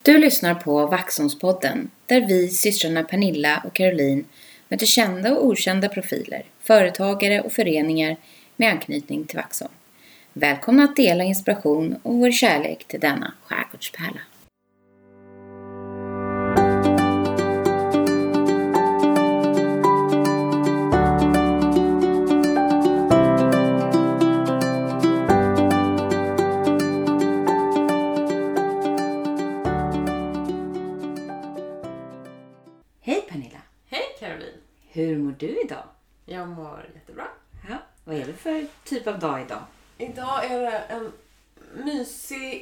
Du lyssnar på Vaxholmspodden, där vi, systrarna Pernilla och Caroline, möter kända och okända profiler, företagare och föreningar med anknytning till Vaxholm. Välkomna att dela inspiration och vår kärlek till denna skärgårdspärla. Hej Pernilla! Hej Caroline! Hur mår du idag? Jag mår jättebra. Ja, vad är det för typ av dag idag? Idag är det en mysig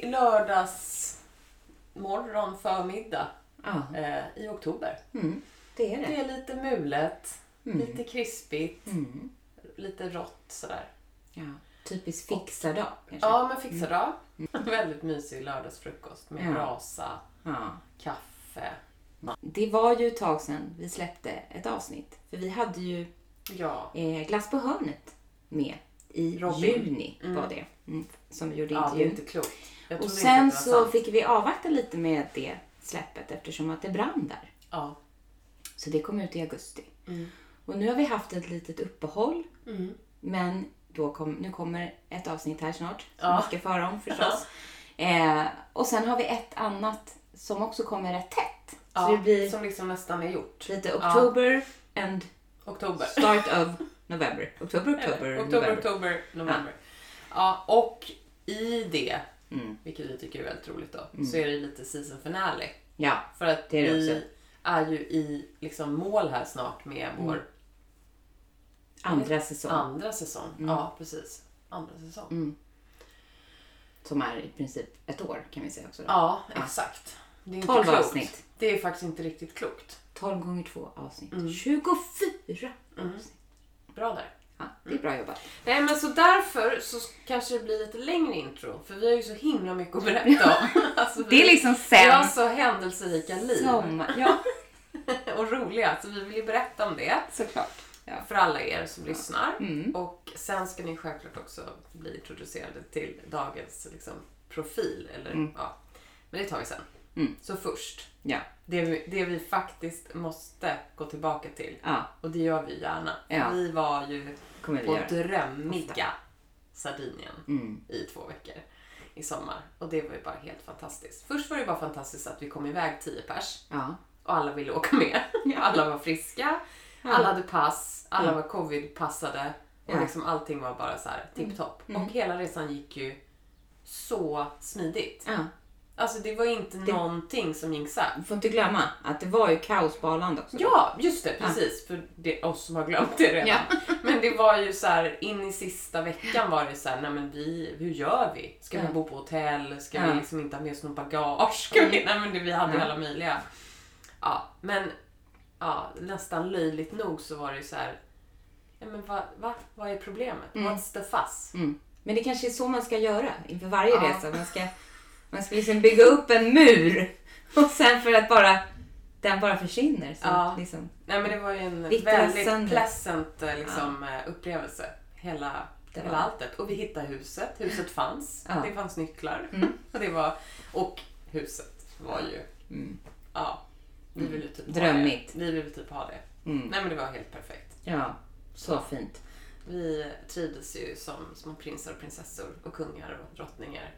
lördagsmorgon förmiddag i oktober. Det är det. Det är lite mulet, lite krispigt, lite rått sådär. Ja, typiskt fixardag kanske. Ja, men fixardag. Väldigt mysig lördagsfrukost med brasa, kaffe. Det var ju ett tag sedan vi släppte ett avsnitt. För vi hade ju Glass på hörnet med i juni var det. Som vi gjorde intervju. Det är inte klokt. Och sen så fick vi avvakta lite med det släppet eftersom att det brann där. Ja. Så det kom ut i augusti. Och nu har vi haft ett litet uppehåll. Men nu kommer ett avsnitt här snart. Som vi ska föra om förstås. Och sen har vi ett annat som också kommer rätt tätt. Så det blir som liksom nästan är gjort. Lite oktober and oktober. Start of November. Oktober, November. Ja, och i det, vilket vi tycker är väldigt roligt då, så är det lite season finale. Ja, för att det är det vi också. är ju i liksom mål här snart med vår andra säsong. Ja, precis. Andra säsong. Som är i princip ett år kan vi säga också. Ja, exakt. Det är inte 12 klokt. avsnitt. Det är faktiskt inte riktigt klokt. 12 gånger 2 avsnitt. 24 avsnitt. Bra där. Ja, det är bra jobbat. Nej, men så därför så kanske det blir lite längre intro. För vi har ju så himla mycket att berätta om. Alltså, det är liksom sen. Vi har så händelserika liv. Ja. Och roliga. Så vi vill ju berätta om det. Såklart. Ja. För alla er som lyssnar. Och sen ska ni självklart också bli introducerade till dagens liksom, profil. Eller, men det tar vi sen. Så först. Ja. Det vi faktiskt måste gå tillbaka till. Och det gör vi gärna. Ja. Vi var ju på drömmiga Sardinien i 2 veckor i sommar. Och det var ju bara helt fantastiskt. Först var det bara fantastiskt att vi kom iväg 10 pers. Ja. Och alla ville åka med. Alla var friska. Alla hade pass. Alla var covid-passade. Och liksom allting var bara så här tipptopp. Och hela resan gick ju så smidigt. Ja. Alltså det var inte någonting som gick så här. Du får inte glömma att det var ju kaos på Arlanda också. Ja, just det, precis. För det är oss som har glömt det redan. Ja. Men det var ju så här, in i sista veckan var det så här, nej men hur gör vi? Ska vi bo på hotell? Ska vi liksom inte ha med oss någon bagage? Ska vi? Nej men vi hade alla möjliga. Ja, men nästan löjligt nog så var det ju så här, ja men vad är problemet? What's the fuss? Men det kanske är så man ska göra inför varje resa. Man ska liksom bygga upp en mur. Och sen för att den bara försvinner. Så liksom, nej men det var ju en väldigt pleasant liksom, upplevelse. Hela alltet. Och vi hittade huset. Huset fanns. Det fanns nycklar. Och huset var ju... vi ville typ drömmigt. Vi ville typ ha det. Nej men det var helt perfekt. Ja, så fint. Vi trivdes ju som små prinsar och prinsessor. Och kungar och drottningar.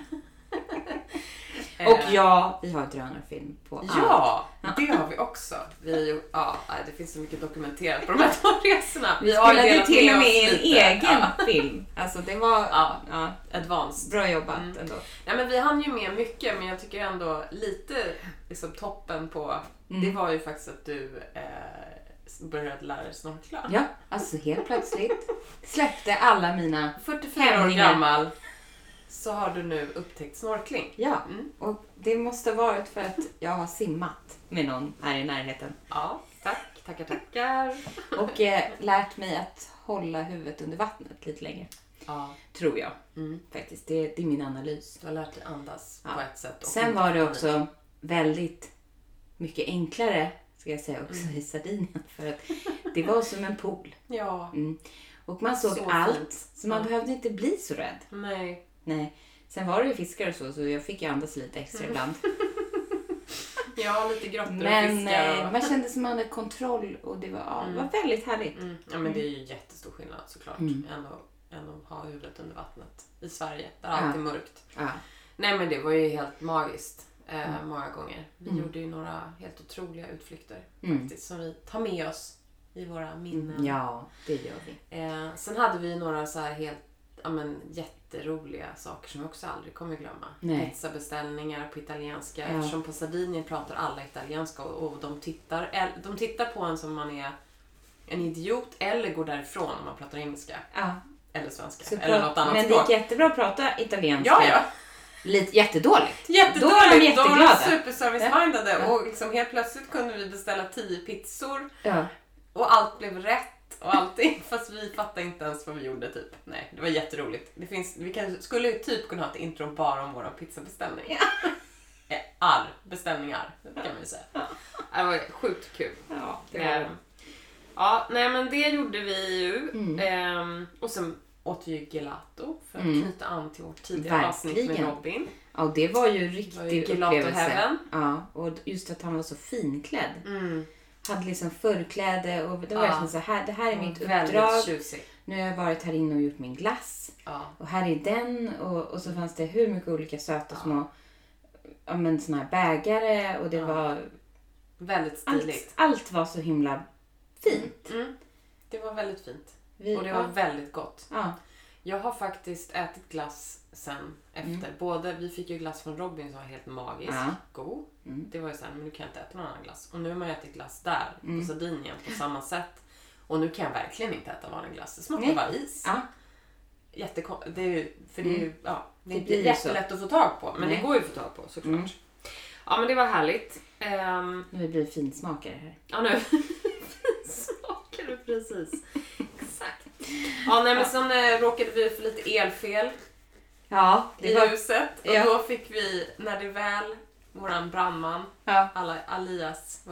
Och vi har drönarfilm på allt. Ja, det har vi också. Det finns så mycket dokumenterat på de här 2 resorna. Vi spelade ju till och med en egen film. Alltså det var advanced. Bra jobbat ändå. Nej, men vi hann ju med mycket, men jag tycker ändå lite liksom, toppen på det var ju faktiskt att du började lära dig snorkla. Ja, alltså helt plötsligt släppte alla mina 44 år gammal. Så har du nu upptäckt snorkling. Ja, och det måste ha varit för att jag har simmat med någon här i närheten. Ja, tackar. Och lärt mig att hålla huvudet under vattnet lite längre. Ja. Tror jag. Faktiskt, det är min analys. Du har lärt dig andas på ett sätt. Och sen var det också väldigt mycket enklare, ska jag säga, också i Sardinien. För att det var som en pool. Ja. Och man såg så allt, fint. Så man behövde inte bli så rädd. Nej. Sen var det ju fiskar och så jag fick ju andas lite extra ibland. Ja, lite grottor men, och fiskar. Men man kände som man hade kontroll och det var, var väldigt härligt. Ja, men det är ju jättestor skillnad såklart. Än att ha huvudet under vattnet i Sverige, där allt är mörkt. Ja. Nej, men det var ju helt magiskt många gånger. Vi gjorde ju några helt otroliga utflykter faktiskt, som vi tar med oss i våra minnen. Ja, det gör vi. Sen hade vi några så här helt jätteroliga saker som jag också aldrig kommer glömma. Nej. Pizzabeställningar på italienska. Ja. Eftersom på Sardinien pratar alla italienska och de tittar på en som man är en idiot eller går därifrån om man pratar engelska. Ja. Eller svenska. Så eller något annat men språk. Men det gick jättebra att prata italienska. Ja. Jättedåligt. Då var de superservice-mindade och liksom helt plötsligt kunde vi beställa 10 pizzor. Ja. Och allt blev rätt. Och allting, fast vi fattade inte ens vad vi gjorde typ. Nej, det var jätteroligt. Vi skulle typ kunna ha ett intro bara om våra pizzabeställning. Ja. Beställningar, kan man säga. Det var sjukt kul. Ja, det var det. Ja, nej men det gjorde vi ju. Och sen åt vi ju gelato för att knyta an till vårt tidigare avsnitt med Robin. Ja, det var ju riktigt upplevelse. Ja, och just att han var så finklädd. Hade liksom förkläde och det var liksom så här, det här är mitt uppdrag. Nu har jag varit här inne och gjort min glass. Och här är den och så fanns det hur mycket olika söta små såna här bägare och det var väldigt stiligt. Allt var så himla fint. Det var väldigt fint. Och det var väldigt gott. Ja. Jag har faktiskt ätit glass sen efter. Vi fick ju glass från Robin som var helt magisk. God. Det var ju såhär, men nu kan jag inte äta någon annan glass. Och nu har man ätit glass där på Sardinien på samma sätt. Och nu kan jag verkligen inte äta vanlig glass. Det smakar bara is. Ja. Det är ju, för det är ju, det är inte jättelätt att få tag på. Men det går ju att få tag på såklart. Ja, men det var härligt. Nu blir det finsmakare här. Ja, nu. Finsmakare, precis. Exakt. Ja, nej, men sen råkade vi för lite elfel i huset. Och då fick vi, när det väl, våran brandman, Alias,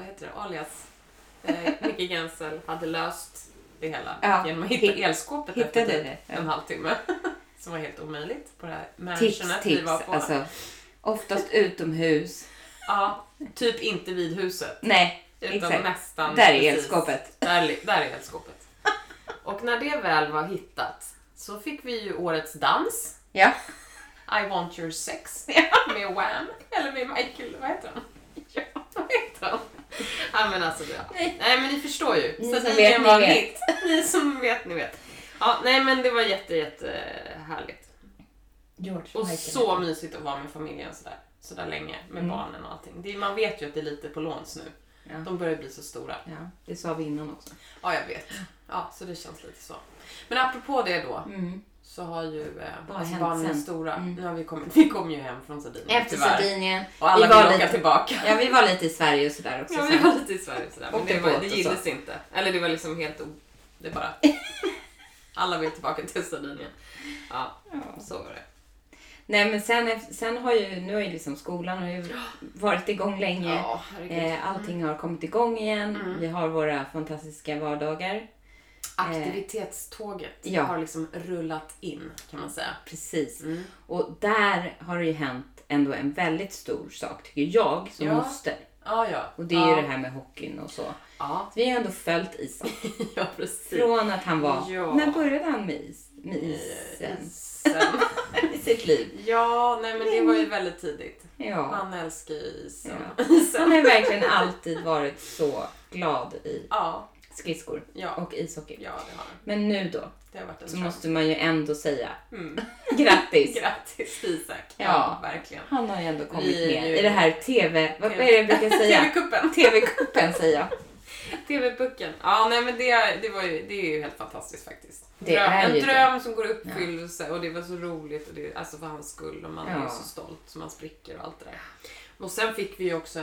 Micke Gensel hade löst det hela genom att hitta elskåpet efter typ en halvtimme. Som var helt omöjligt på det här mansionet vi var på. Alltså, oftast utomhus. Ja, typ inte vid huset. Nej, utan exakt. Nästan där är elskåpet. Där är elskåpet. Och när det väl var hittat så fick vi ju årets dans. Ja. I want your sex. Med Wham. Eller med Michael, vad heter han? Vad heter han? Ja, men alltså nej, men ni förstår ju. Ni så det var en hit. Ni som vet, ni vet. Ja, nej, men det var jätte härligt. Och så mysigt att vara med familjen sådär länge med barnen och allting. Man vet ju att det är lite på låns nu. Ja. De börjar bli så stora. Ja, det sa vi innan också. Ja, jag vet. Ja, så det känns lite så. Men apropå det då. Så har ju barnen stora. Nu har vi kom ju hem från Sardinien. Efter Sardinien. Och alla vill åka tillbaka. Ja, vi var lite i Sverige och sådär också. Ja, vi var lite i Sverige och sådär. Men det gillas inte. Eller det var liksom helt det bara... alla vill tillbaka till Sardinien. Ja, så var det. Nej, men sen har ju, nu har ju liksom skolan har ju varit igång länge. Ja, allting har kommit igång igen. Vi har våra fantastiska vardagar. Aktivitetståget har liksom rullat in, kan man säga. Precis. Och där har det ju hänt ändå en väldigt stor sak, tycker jag, som moster. Och det är ju det här med hockeyn och så. Så vi har ändå följt isen. Ja, precis. Från att han var... När började han med isen? I sitt liv. Ja, nej, men det var ju väldigt tidigt. Ja. Han älskar isen. Ja. Han har verkligen alltid varit så glad i skridskor och ishockey. Ja, det har han. Men nu då det har varit en så måste man ju ändå säga grattis. Grattis till Isak. Ja, verkligen. Han har ju ändå kommit med i det här vad är det jag brukar säga? TV-kuppen. TV-kuppen säger jag. TV-pucken. Ja, nej, men det är ju helt fantastiskt faktiskt. En dröm som går i uppfyllelse och det var så roligt och det, alltså för hans skull och man är så stolt så man spricker och allt det där. Och sen fick vi ju också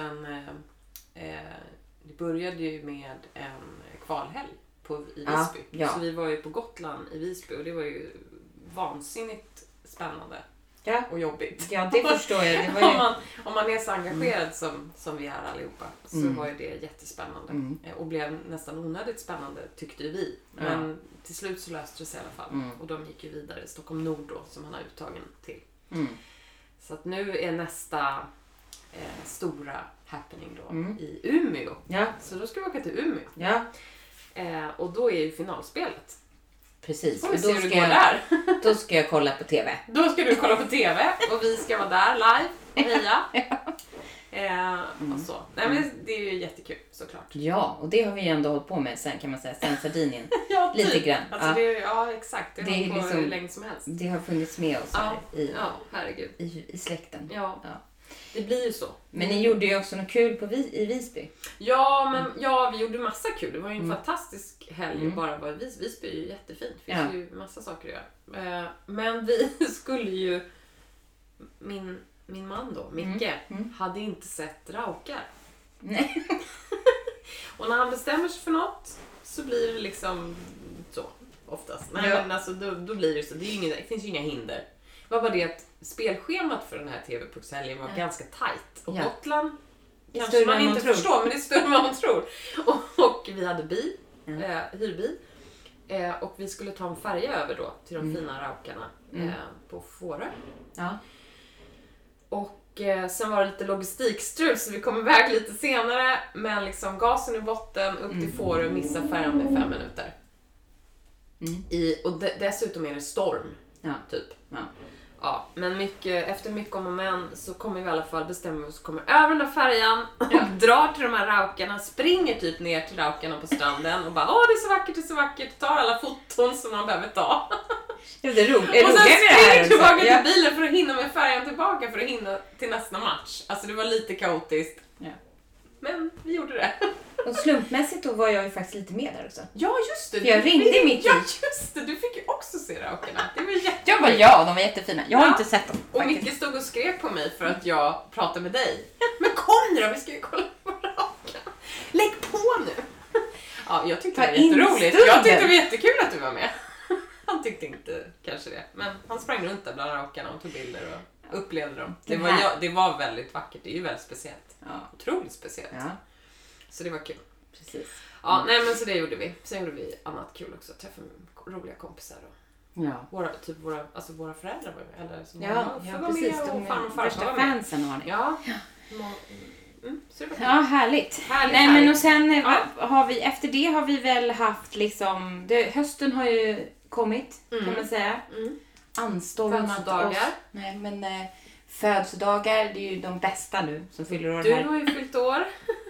det började ju med en kvalhelg i Visby. Så vi var ju på Gotland i Visby och det var ju vansinnigt spännande och jobbigt. Ja, det förstår jag. Det var ju... om man är så engagerad som vi är allihopa så var ju det jättespännande. Och blev nästan onödigt spännande tyckte vi. Men till slut så löste det sig i alla fall. Och de gick ju vidare. Stockholm Nord då, som han har uttagen till. Så att nu är nästa stora happening då i Umeå. Ja. Så då ska vi åka till Umeå. Ja. Och då är ju finalspelet. Precis. Och då ska jag kolla på TV. Då ska du kolla på TV och vi ska vara där live och heja. Och så. Nej, men det är ju jättekul såklart. Ja, och det har vi ju ändå hållit på med sen kan man säga. Sen Sardinien. Ja, typ. Lite grann. Alltså, exakt. Det har på hur länge som helst. Det har funnits med oss här herregud. I släkten. Ja. Det blir ju så. Men ni gjorde ju också något kul i Visby. Ja, vi gjorde massa kul. Det var ju en fantastisk helg bara vara i Visby. Visby är ju jättefint. Det finns ju massa saker att göra. Men vi skulle ju... Min man då, Micke, hade inte sett raukar. Nej. Och när han bestämmer sig för något så blir det liksom så, oftast. Nej, men alltså, då blir det så. Det finns ju inga hinder. Det var bara det att spelschemat för den här TV-puckshelgen var ganska tajt. Och Gotland kanske man inte förstår, men det är större än vad man tror. Och vi hade bil, hyrbil. Och vi skulle ta en färja över då till de fina raukarna på Fårö. Ja. Och sen var det lite logistikstrul så vi kom iväg lite senare. Men liksom gasen i botten upp till Fårö och missa färjan med 5 minuter. Och dessutom är det storm. Ja. Typ. Ja. Ja, men efter mycket om och men så kommer vi i alla fall bestämma oss, kommer över den där färjan och drar till de här raukarna, springer typ ner till raukarna på stranden och bara det är så vackert, tar alla foton som man behöver ta. Ja, det är roligt. Och sen springer tillbaka till bilen för att hinna med färjan tillbaka för att hinna till nästa match. Alltså det var lite kaotiskt. Ja. Men vi gjorde det. Och slumpmässigt då var jag ju faktiskt lite med där också. Ja, just det. För jag ringde mitt i. Ja, just det. Du fick ju också se raukarna. Det var jättefint. Jag bara, de var jättefina. Jag har inte sett dem. Och Micke stod och skrek på mig för att jag pratade med dig. Men kom nu då, vi ska ju kolla på raukarna. Lägg på nu. Ja, jag tyckte det var jätteroligt. Jag tyckte det var jättekul att du var med. Han tyckte inte kanske det. Men han sprang runt där bland raukarna och tog bilder och upplevde dem. Det var väldigt vackert. Det är ju väldigt speciellt. Ja. Otroligt speciellt. Ja. Så det var kul. Precis. Ja, nej men så det gjorde vi. Sen gjorde vi annat kul också. Träffade roliga kompisar och våra föräldrar var med. Eller som precis. Med och farmor och farfar var med. Fansen har ni. Ja. Ja, härligt. Nej, men och sen har vi, efter det har vi väl haft liksom, hösten har ju kommit kan man säga. Anstormat oss. Nej, men födelsedagar, det är ju de bästa nu som fyller år här. Du har ju fyllt år.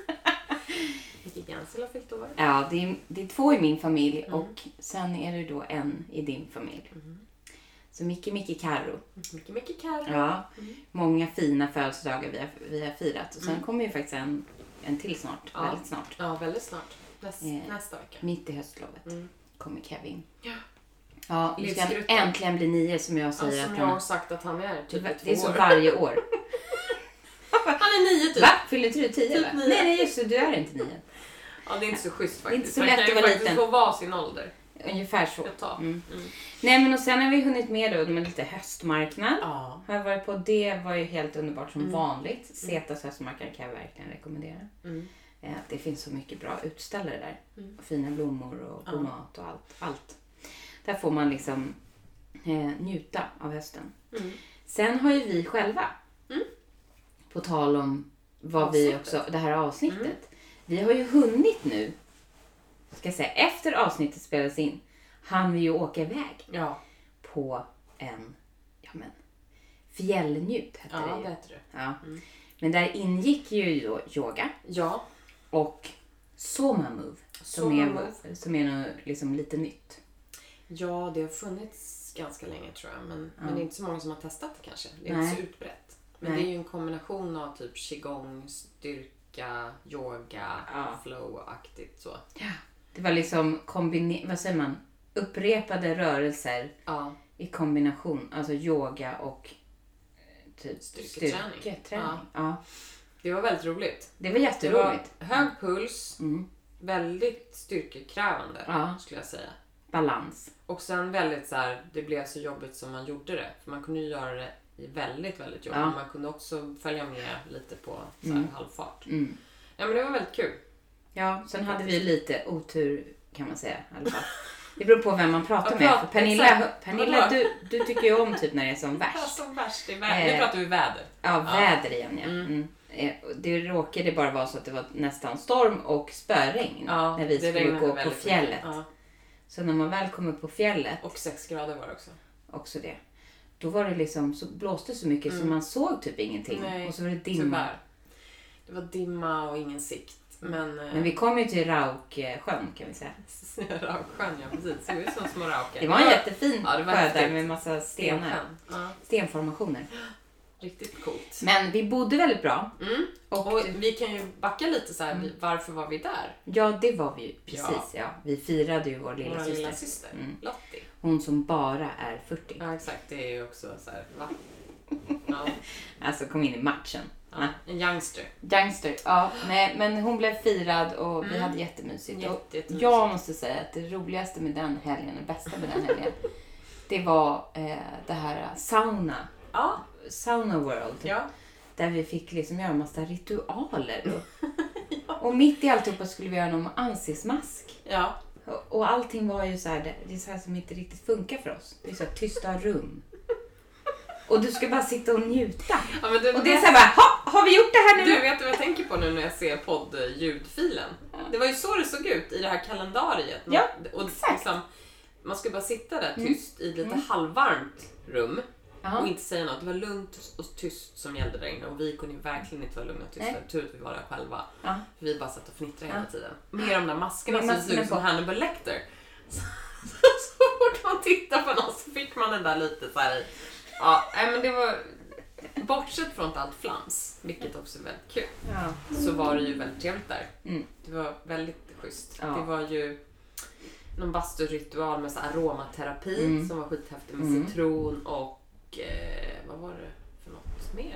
Micke Gansel har fyllt år. Ja, det är 2 i min familj och sen är det då en i din familj. Så Micke Karro. Micke Karro. Ja, många fina födelsedagar vi har firat. Och sen kommer ju faktiskt en till snart, väldigt snart. Ja, väldigt snart. Nästa vecka. Mitt i höstlovet kommer Kevin. Ja. Ja, nu ska han äntligen bli 9 som jag säger som jag har sagt att han är typ 2 år. Det är så varje år. Han är 9 typ. Va? Fyller inte du 10 typ va? Nej, just det, du är inte 9. Ja, det är inte så schysst faktiskt. Det är inte så lätt att vara liten. Man kan ju faktiskt få vara sin ålder. Ungefär så. Nej, men och sen har vi hunnit med då med lite höstmarknad. Ja. Har jag varit på, det var ju helt underbart som vanligt. Zetas höstmarknad kan jag verkligen rekommendera. Det finns så mycket bra utställare där. Och fina blommor och god mat och allt. Där får man liksom njuta av hösten. Sen har ju vi själva, på tal om vad vi också, det här avsnittet. Vi har ju hunnit nu, ska jag säga, efter avsnittet spelades in, hann vi ju åka iväg på en fjällnjut hette det ju. Det heter det. Ja. Men där ingick ju då yoga. Ja. Och Soma Move. Som är något liksom lite nytt. Ja, det har funnits ganska länge tror jag. Men det är inte så många som har testat det kanske. Det är inte så utbrett. Men det är ju en kombination av typ qigong, styrka, yoga, flow-aktigt så. Ja. Det var liksom upprepade rörelser i kombination. Alltså yoga och typ styrketräning. Ja. Det var väldigt roligt. Det var jätteroligt. Det var hög puls. Väldigt styrkekrävande skulle jag säga. Balans. Och sen väldigt så här, det blev så jobbigt som man gjorde det. För man kunde ju göra det i väldigt, väldigt jobbigt. Man kunde också följa med lite på så här halvfart. Ja, men det var väldigt kul. Ja, sen hade vi lite otur kan man säga i alla fall. Det beror på vem man pratar med. För Pernilla du tycker ju om typ när det är som värst. Ja, som värst. Nu pratar vi väder. Ja, väder igen. Ja. Det råkade bara vara så att det var nästan storm och spöregn när vi skulle gå på fjället. Ja. Så när man väl kom upp på fjället. Och 6 grader var det också. Också det. Då var det liksom, så blåste så mycket så man såg typ ingenting. Nej, och så var det dimma. Tyvärr. Det var dimma och ingen sikt. Men vi kom ju till Rauksjön kan vi säga. Rauksjön, ja precis. Det var ju som små raukar. Det var en jättefin sjö där med massa stenar. Stenformationer. Riktigt coolt. Men vi bodde väldigt bra. Och vi kan ju backa lite så här, varför var vi där? Ja, det var vi ju. Precis, ja. Vi firade ju vår lilla syster. Lottie. Hon som bara är 40. Ja, exakt. Det är ju också så här, va? Ja. Alltså, kom in i matchen. Ja, en youngster. Ja. Nej, men hon blev firad och vi hade jättemysigt. Jättemysigt. Jag måste säga att det roligaste med den helgen, det bästa med den helgen, det var det här sauna. Ja. Sauna World. Ja. Där vi fick liksom göra en massa ritualer. Och mitt i alltihopa skulle vi göra någon ansiktsmask. Ja. Och allting var ju så här, det är så här som inte riktigt funkar för oss. Det är så här tysta rum. Och du ska bara sitta och njuta. Ja, men och det är så här bara, har vi gjort det här nu? Du vet vad jag tänker på nu när jag ser podd-ljudfilen. Ja. Det var ju så det såg ut i det här kalendariet. Ja, och exakt. Liksom, man skulle bara sitta där tyst i lite halvvarmt rum. Och inte säga något. Det var lugnt och tyst som gällde där inne. Och vi kunde ju verkligen inte vara lugna och tysta. Tur att vi var där själva. För vi bara satt och fnittrade hela tiden. Mer om de där maskerna som såg ut som Hannibal Lecter. Så fort man tittar på någon så fick man den där lite så här i. Ja, men det var... Bortsett från allt flams, vilket också är väldigt kul. Så var det ju väldigt trevligt där. Det var väldigt schysst. Det var ju någon basturitual med så aromaterapi som var skithäftig med citron och vad var det för något mer?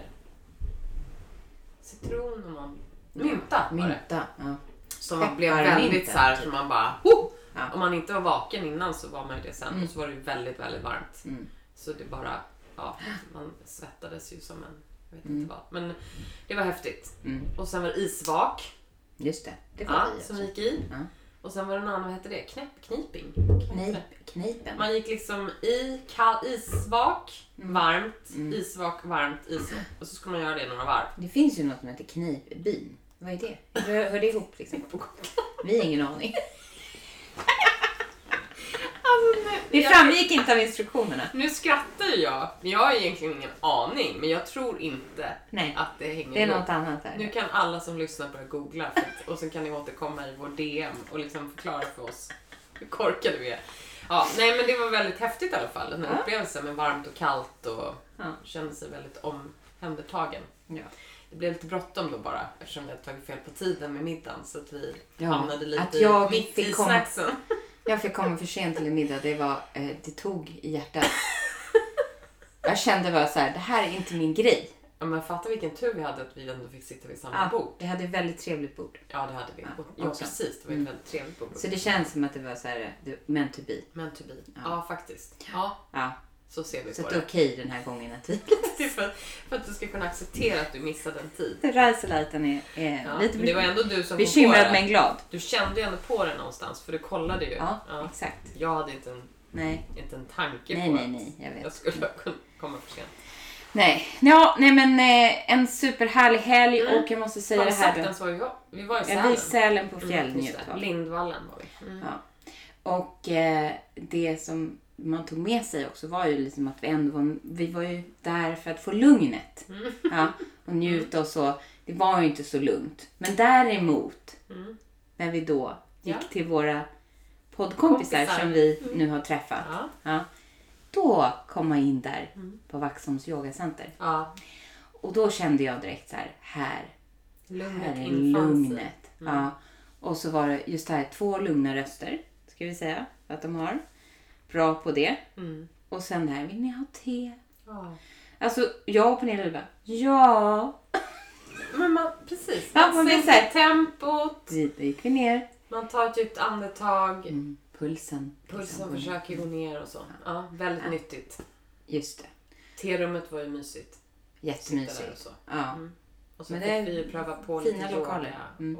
Citron och någon mynta var det. Ja. Som blev väldigt så här som man bara om man inte var vaken innan så var man ju det sen och så var det ju väldigt, väldigt varmt. Så det bara, man svettades ju som en, jag vet inte vad. Men det var häftigt. Och sen var det isvak. Just det var vi som vi gick i. Och sen var det någon annan, vad hette det? Kniping? Knipen. Man gick liksom i isvak, varmt, isvak, varmt, isvak. Och så skulle man göra det några varv. Det finns ju något som heter knipbyn. Vad är det? Hör det ihop liksom? Vi har ingen aning. Det framgick inte av instruktionerna. Nu skrattar jag. Jag har egentligen ingen aning. Men jag tror inte att det hänger ihop. Det är något annat där. Nu kan alla som lyssnar börja googla. Och sen kan ni återkomma i vår DM och liksom förklara för oss hur korkade vi är. Ja, nej men det var väldigt häftigt i alla fall. Den här upplevelsen med varmt och kallt och kände sig väldigt omhändertagen. Ja. Det blev lite bråttom då bara eftersom vi hade tagit fel på tiden med middagen så att vi hamnade lite mitt i snacksen. Jag fick komma för sent till en middag. Det tog i hjärtat. Jag kände bara så här, det här är inte min grej. Ja, men fatta vilken tur vi hade att vi ändå fick sitta vid samma bord. Vi hade ett väldigt trevligt bord. Ja, det hade vi. Ja, precis. Det var ett väldigt trevligt bord. Så det känns som att det var så här, meant to be. Meant to be. Ja, faktiskt. Ja. Så ser vi så på det. Så det är okej den här gången att det är för att du ska kunna acceptera att du missade en tid. Rädseligheten är lite det var ändå du som bekymrad men glad. Du kände ju ändå på det någonstans för du kollade ju. Ja. Exakt. Jag hade inte en tanke på att jag vet. Jag skulle komma för sent. Nej, men en superhärlig helg och jag måste säga det här. Vi var i Sälen. Vi Sälen på Fjällnjut. Lindvallen var vi. Ja. Och det som man tog med sig också var ju liksom att vi var ju där för att få lugnet. Och njuta och så. Det var ju inte så lugnt. Men däremot när vi då gick till våra poddkompisar som vi nu har träffat. Då kom man in där på Vaxholms yogacenter. Och då kände jag direkt så här är lugnet. Och så var det just här 2 lugna röster, ska vi säga, att de har. Bra på det. Och sen här, vill ni ha te? Alltså, jag och Pernilla bara, ja. Men precis. Man blir så här, tempot. Då gick vi ner. Man tar ett djupt andetag. Pulsen försöker gå ner och så. Ja, väldigt nyttigt. Just det. Terummet var ju mysigt. Jättemysigt. Och så. Och så men fick vi ju pröva på fina lite lokaler.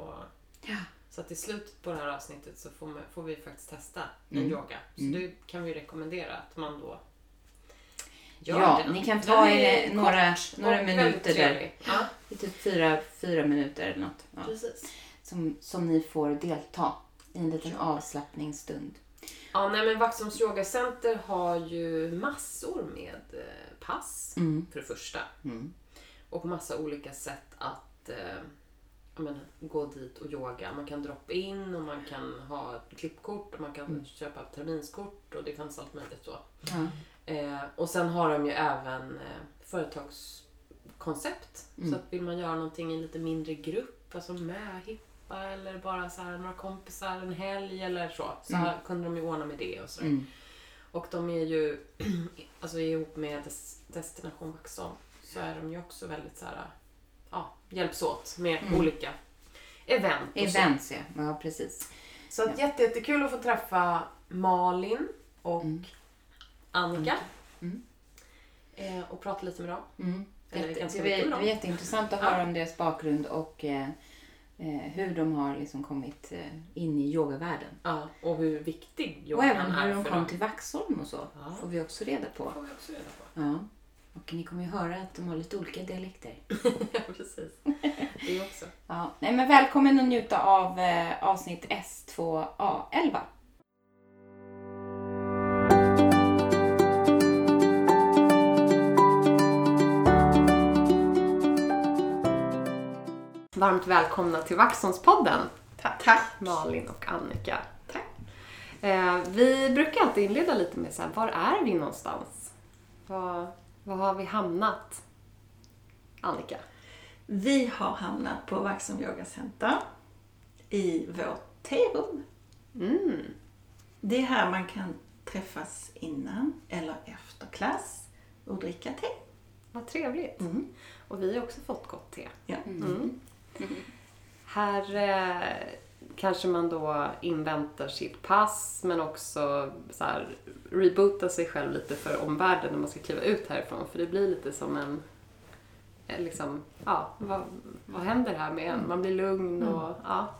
Så att i slutet på det här avsnittet så får vi faktiskt testa en yoga. Så det kan vi rekommendera att man då Ja, ni kan ta er några minuter där. Ja. Typ 4 minuter eller något. Ja. Precis. Som ni får delta i en liten avslappningsstund. Ja, men Vaxholms yogacenter har ju massor med pass för det första. Och massa olika sätt att gå dit och yoga. Man kan droppa in och man kan ha klippkort och man kan köpa terminskort och det fanns allt möjligt så. Och sen har de ju även företagskoncept. Så att vill man göra någonting i en lite mindre grupp, alltså möhippa eller bara så här några kompisar en helg eller så här kunde de ju ordna med det och så. Och de är ju alltså ihop med Destination Vaxholm så är de ju också väldigt så här hjälps åt med olika events. Ja, precis. Så att jättekul att få träffa Malin och Annika. Och prata lite med dem. Det är jätteintressant att höra om deras bakgrund och hur de har liksom kommit in i yogavärlden. Ja, och hur viktig yogan är. Och även hur de kom till Vaxholm och så. Får vi också reda på. Ja. Och ni kommer ju höra att de har lite olika dialekter. Ja, precis. Det också. Ja. Nej, men välkommen att njuta av avsnitt S2A11. Varmt välkomna till Vaxholmspodden. Tack. Malin och Annika. Tack. Vi brukar alltid inleda lite med så här, var är vi någonstans? Var har vi hamnat? Annika? Vi har hamnat på Vaxholm Yogacenter i vårt terum. Det är här man kan träffas innan eller efter klass och dricka te. Vad trevligt. Och vi har också fått gott te. Ja. Här kanske man då inväntar sitt pass men också så här, rebootar sig själv lite för omvärlden när man ska kliva ut härifrån. För det blir lite som en liksom, vad händer här med en? Man blir lugn och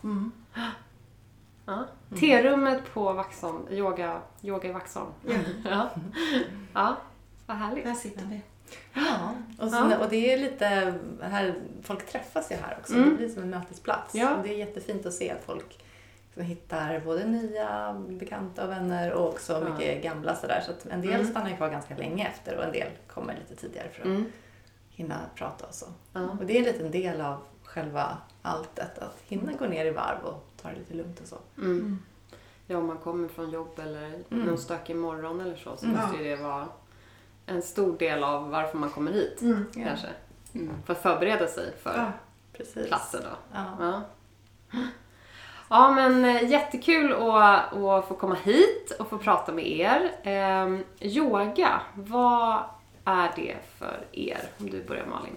Terummet på Vaxholm, yoga i Vaxholm. Ja, vad härligt. Där sitter vi. Ja, och det är lite här, folk träffas ju här också. Det blir som en mötesplats. Ja. Och det är jättefint att se att folk hittar både nya bekanta och vänner och också mycket gamla sådär. Så att en del stannar kvar ganska länge efter och en del kommer lite tidigare för att hinna prata och så. Och det är en liten del av själva alltet, att hinna gå ner i varv och ta det lite lugnt och så. Ja, om man kommer från jobb eller någon stökig morgon eller så måste ju det vara en stor del av varför man kommer hit kanske. För att förbereda sig för klassen då. Ja, men jättekul att få komma hit och få prata med er. Yoga, vad är det för er? Om du börjar, Malin.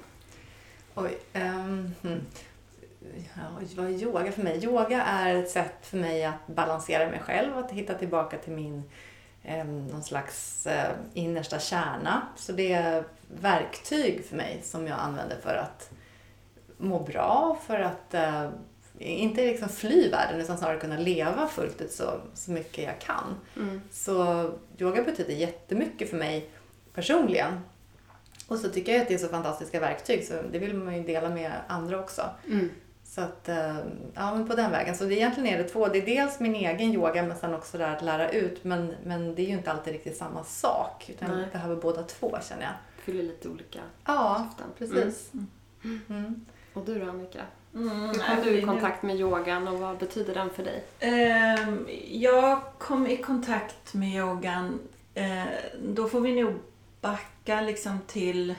Vad är yoga för mig? Yoga är ett sätt för mig att balansera mig själv, att hitta tillbaka till min någon slags innersta kärna. Så det är verktyg för mig som jag använder för att må bra, för att inte liksom fly världen utan snarare kunna leva fullt ut så mycket jag kan. Så yoga betyder jättemycket för mig personligen. Och så tycker jag att det är så fantastiska verktyg så det vill man ju dela med andra också. Så att, men på den vägen. Så det egentligen är det två. Det är dels min egen yoga men sen också där att lära ut. Men det är ju inte alltid riktigt samma sak. Utan det behöver båda två, känner jag. Fyller lite olika. Ja, precis. Och du då, Annika? Hur kom du i kontakt med yogan och vad betyder den för dig? Jag kom i kontakt med yogan. Då får vi nog backa liksom till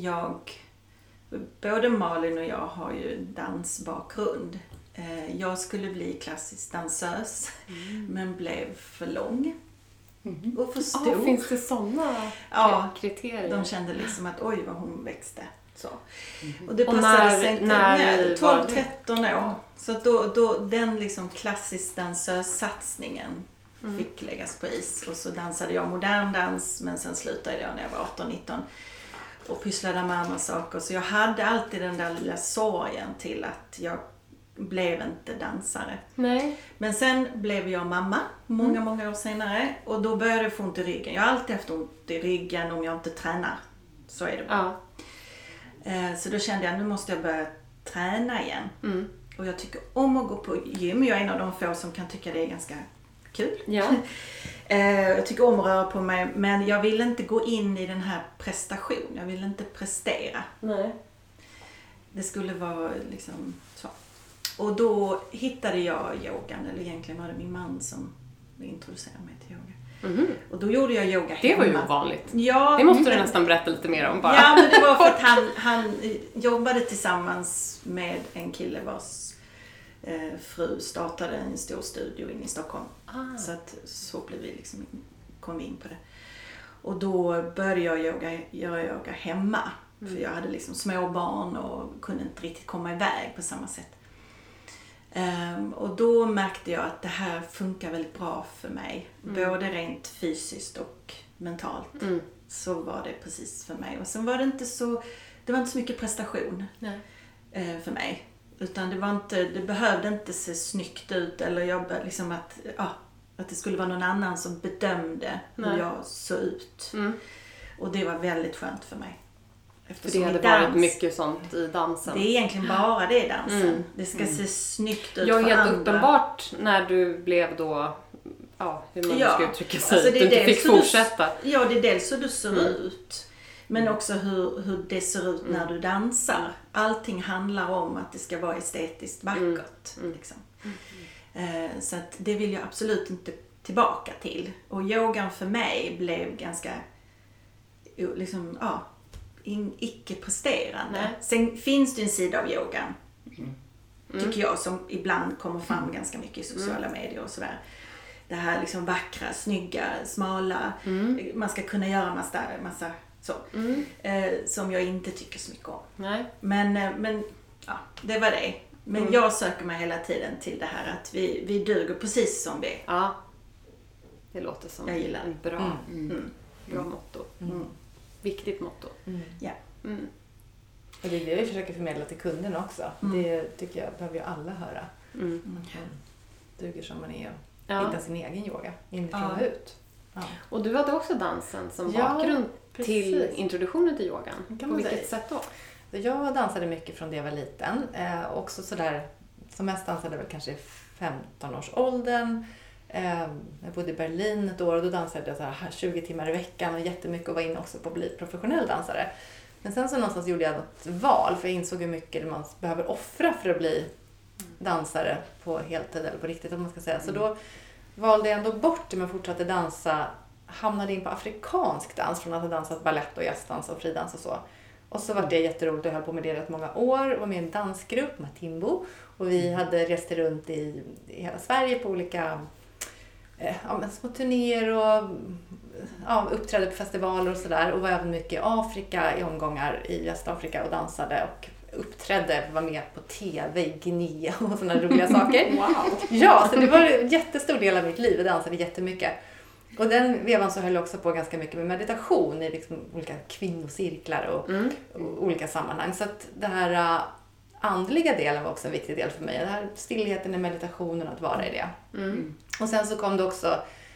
både Malin och jag har ju dansbakgrund. Jag skulle bli klassisk dansös men blev för lång och för stor. Finns det sådana kriterier? De kände liksom att oj vad hon växte. Så. Och det passade sig inte. 12-13 år. Så då den liksom klassisk dansös-satsningen fick läggas på is. Och så dansade jag modern dans men sen slutade jag när jag var 18-19. Och pysslade med andra saker. Så jag hade alltid den där lilla sorgen till att jag blev inte dansare. Nej. Men sen blev jag mamma många år senare. Och då började jag få ont i ryggen. Jag har alltid haft ont i ryggen om jag inte tränar. Så är det bara. Ja. Så då kände jag, nu måste jag börja träna igen. Och jag tycker om att gå på gym. Jag är en av de få som kan tycka det är ganska kul. Ja. Jag tycker om att röra på mig. Men jag vill inte gå in i den här prestationen. Jag vill inte prestera. Nej. Det skulle vara liksom så. Och då hittade jag yogan. Eller egentligen var det min man som introducerade mig till yoga. Och då gjorde jag yoga hemma. Det var ju ovanligt. Ja, det måste du nästan berätta lite mer om bara. Ja, men det var för att han jobbade tillsammans med en kille vars fru startade en stor studio inne i Stockholm. Så att så blev vi liksom, kom vi in på det. Och då började jag göra yoga hemma. För jag hade liksom små barn och kunde inte riktigt komma iväg på samma sätt. Och då märkte jag att det här funkar väldigt bra för mig. Både rent fysiskt och mentalt. Så var det precis för mig. Och sen var det inte så mycket prestation för mig. Utan det behövde inte se snyggt ut eller jobba liksom att det skulle vara någon annan som bedömde hur jag såg ut. Och det var väldigt skönt för mig. För det hade varit mycket sånt i dansen. Det är egentligen bara det dansen. Det ska se snyggt ut för helt andra. Uppenbart när du blev då, hur man ska uttrycka sig, alltså du inte fick fortsätta. Det är dels hur du ser ut. Men också hur det ser ut när du dansar. Allting handlar om att det ska vara estetiskt vackert. Liksom. Så att det vill jag absolut inte tillbaka till. Och yogan för mig blev ganska liksom, icke-presterande. Sen finns det en sida av yogan, tycker jag, som ibland kommer fram ganska mycket i sociala medier och sådär. Det här liksom vackra, snygga, smala. Man ska kunna göra massa så. Som jag inte tycker så mycket om. Nej. Men det var det. Men jag söker mig hela tiden till det här att vi duger precis som vi är. Ja. Det låter som en bra motto. Viktigt motto. Ja. Och det är det vi försöker förmedla till kunderna också. Det tycker jag behöver ju alla höra. Duger som man är och hitta sin egen yoga inifrån och ut. Ja. Och du hade också dansen som bakgrund till introduktionen till yogan. På vilket sätt då? Jag dansade mycket från det jag var liten. Också sådär, som mest dansade väl kanske i 15-årsåldern. Jag bodde i Berlin ett år och då dansade jag så här 20 timmar i veckan och jättemycket och var inne också på att bli professionell dansare. Men sen så någonstans gjorde jag något val för jag insåg hur mycket man behöver offra för att bli dansare på heltid eller på riktigt om man ska säga. Så då valde jag ändå bort det men fortsatte dansa, hamnade in på afrikansk dans från att ha dansat ballett och jazzdans och fridans och så. Och så var det jätteroligt och jag höll på med det rätt många år. Var med i en dansgrupp, Matimbo. Och vi hade rest runt i hela Sverige på olika små turnéer och uppträdde på festivaler och sådär. Och var även mycket i Afrika i omgångar i Västafrika och dansade och uppträdde, var med på TV i Guinea och sådana roliga saker. Wow! Ja, så det var en jättestor del av mitt liv. Jag dansade jättemycket. Och den vevan så höll jag också på ganska mycket med meditation i liksom olika kvinnocirklar och olika sammanhang. Så att det här andliga delen var också en viktig del för mig. Det här stillheten i meditationen, att vara i det. Och sen så kom det också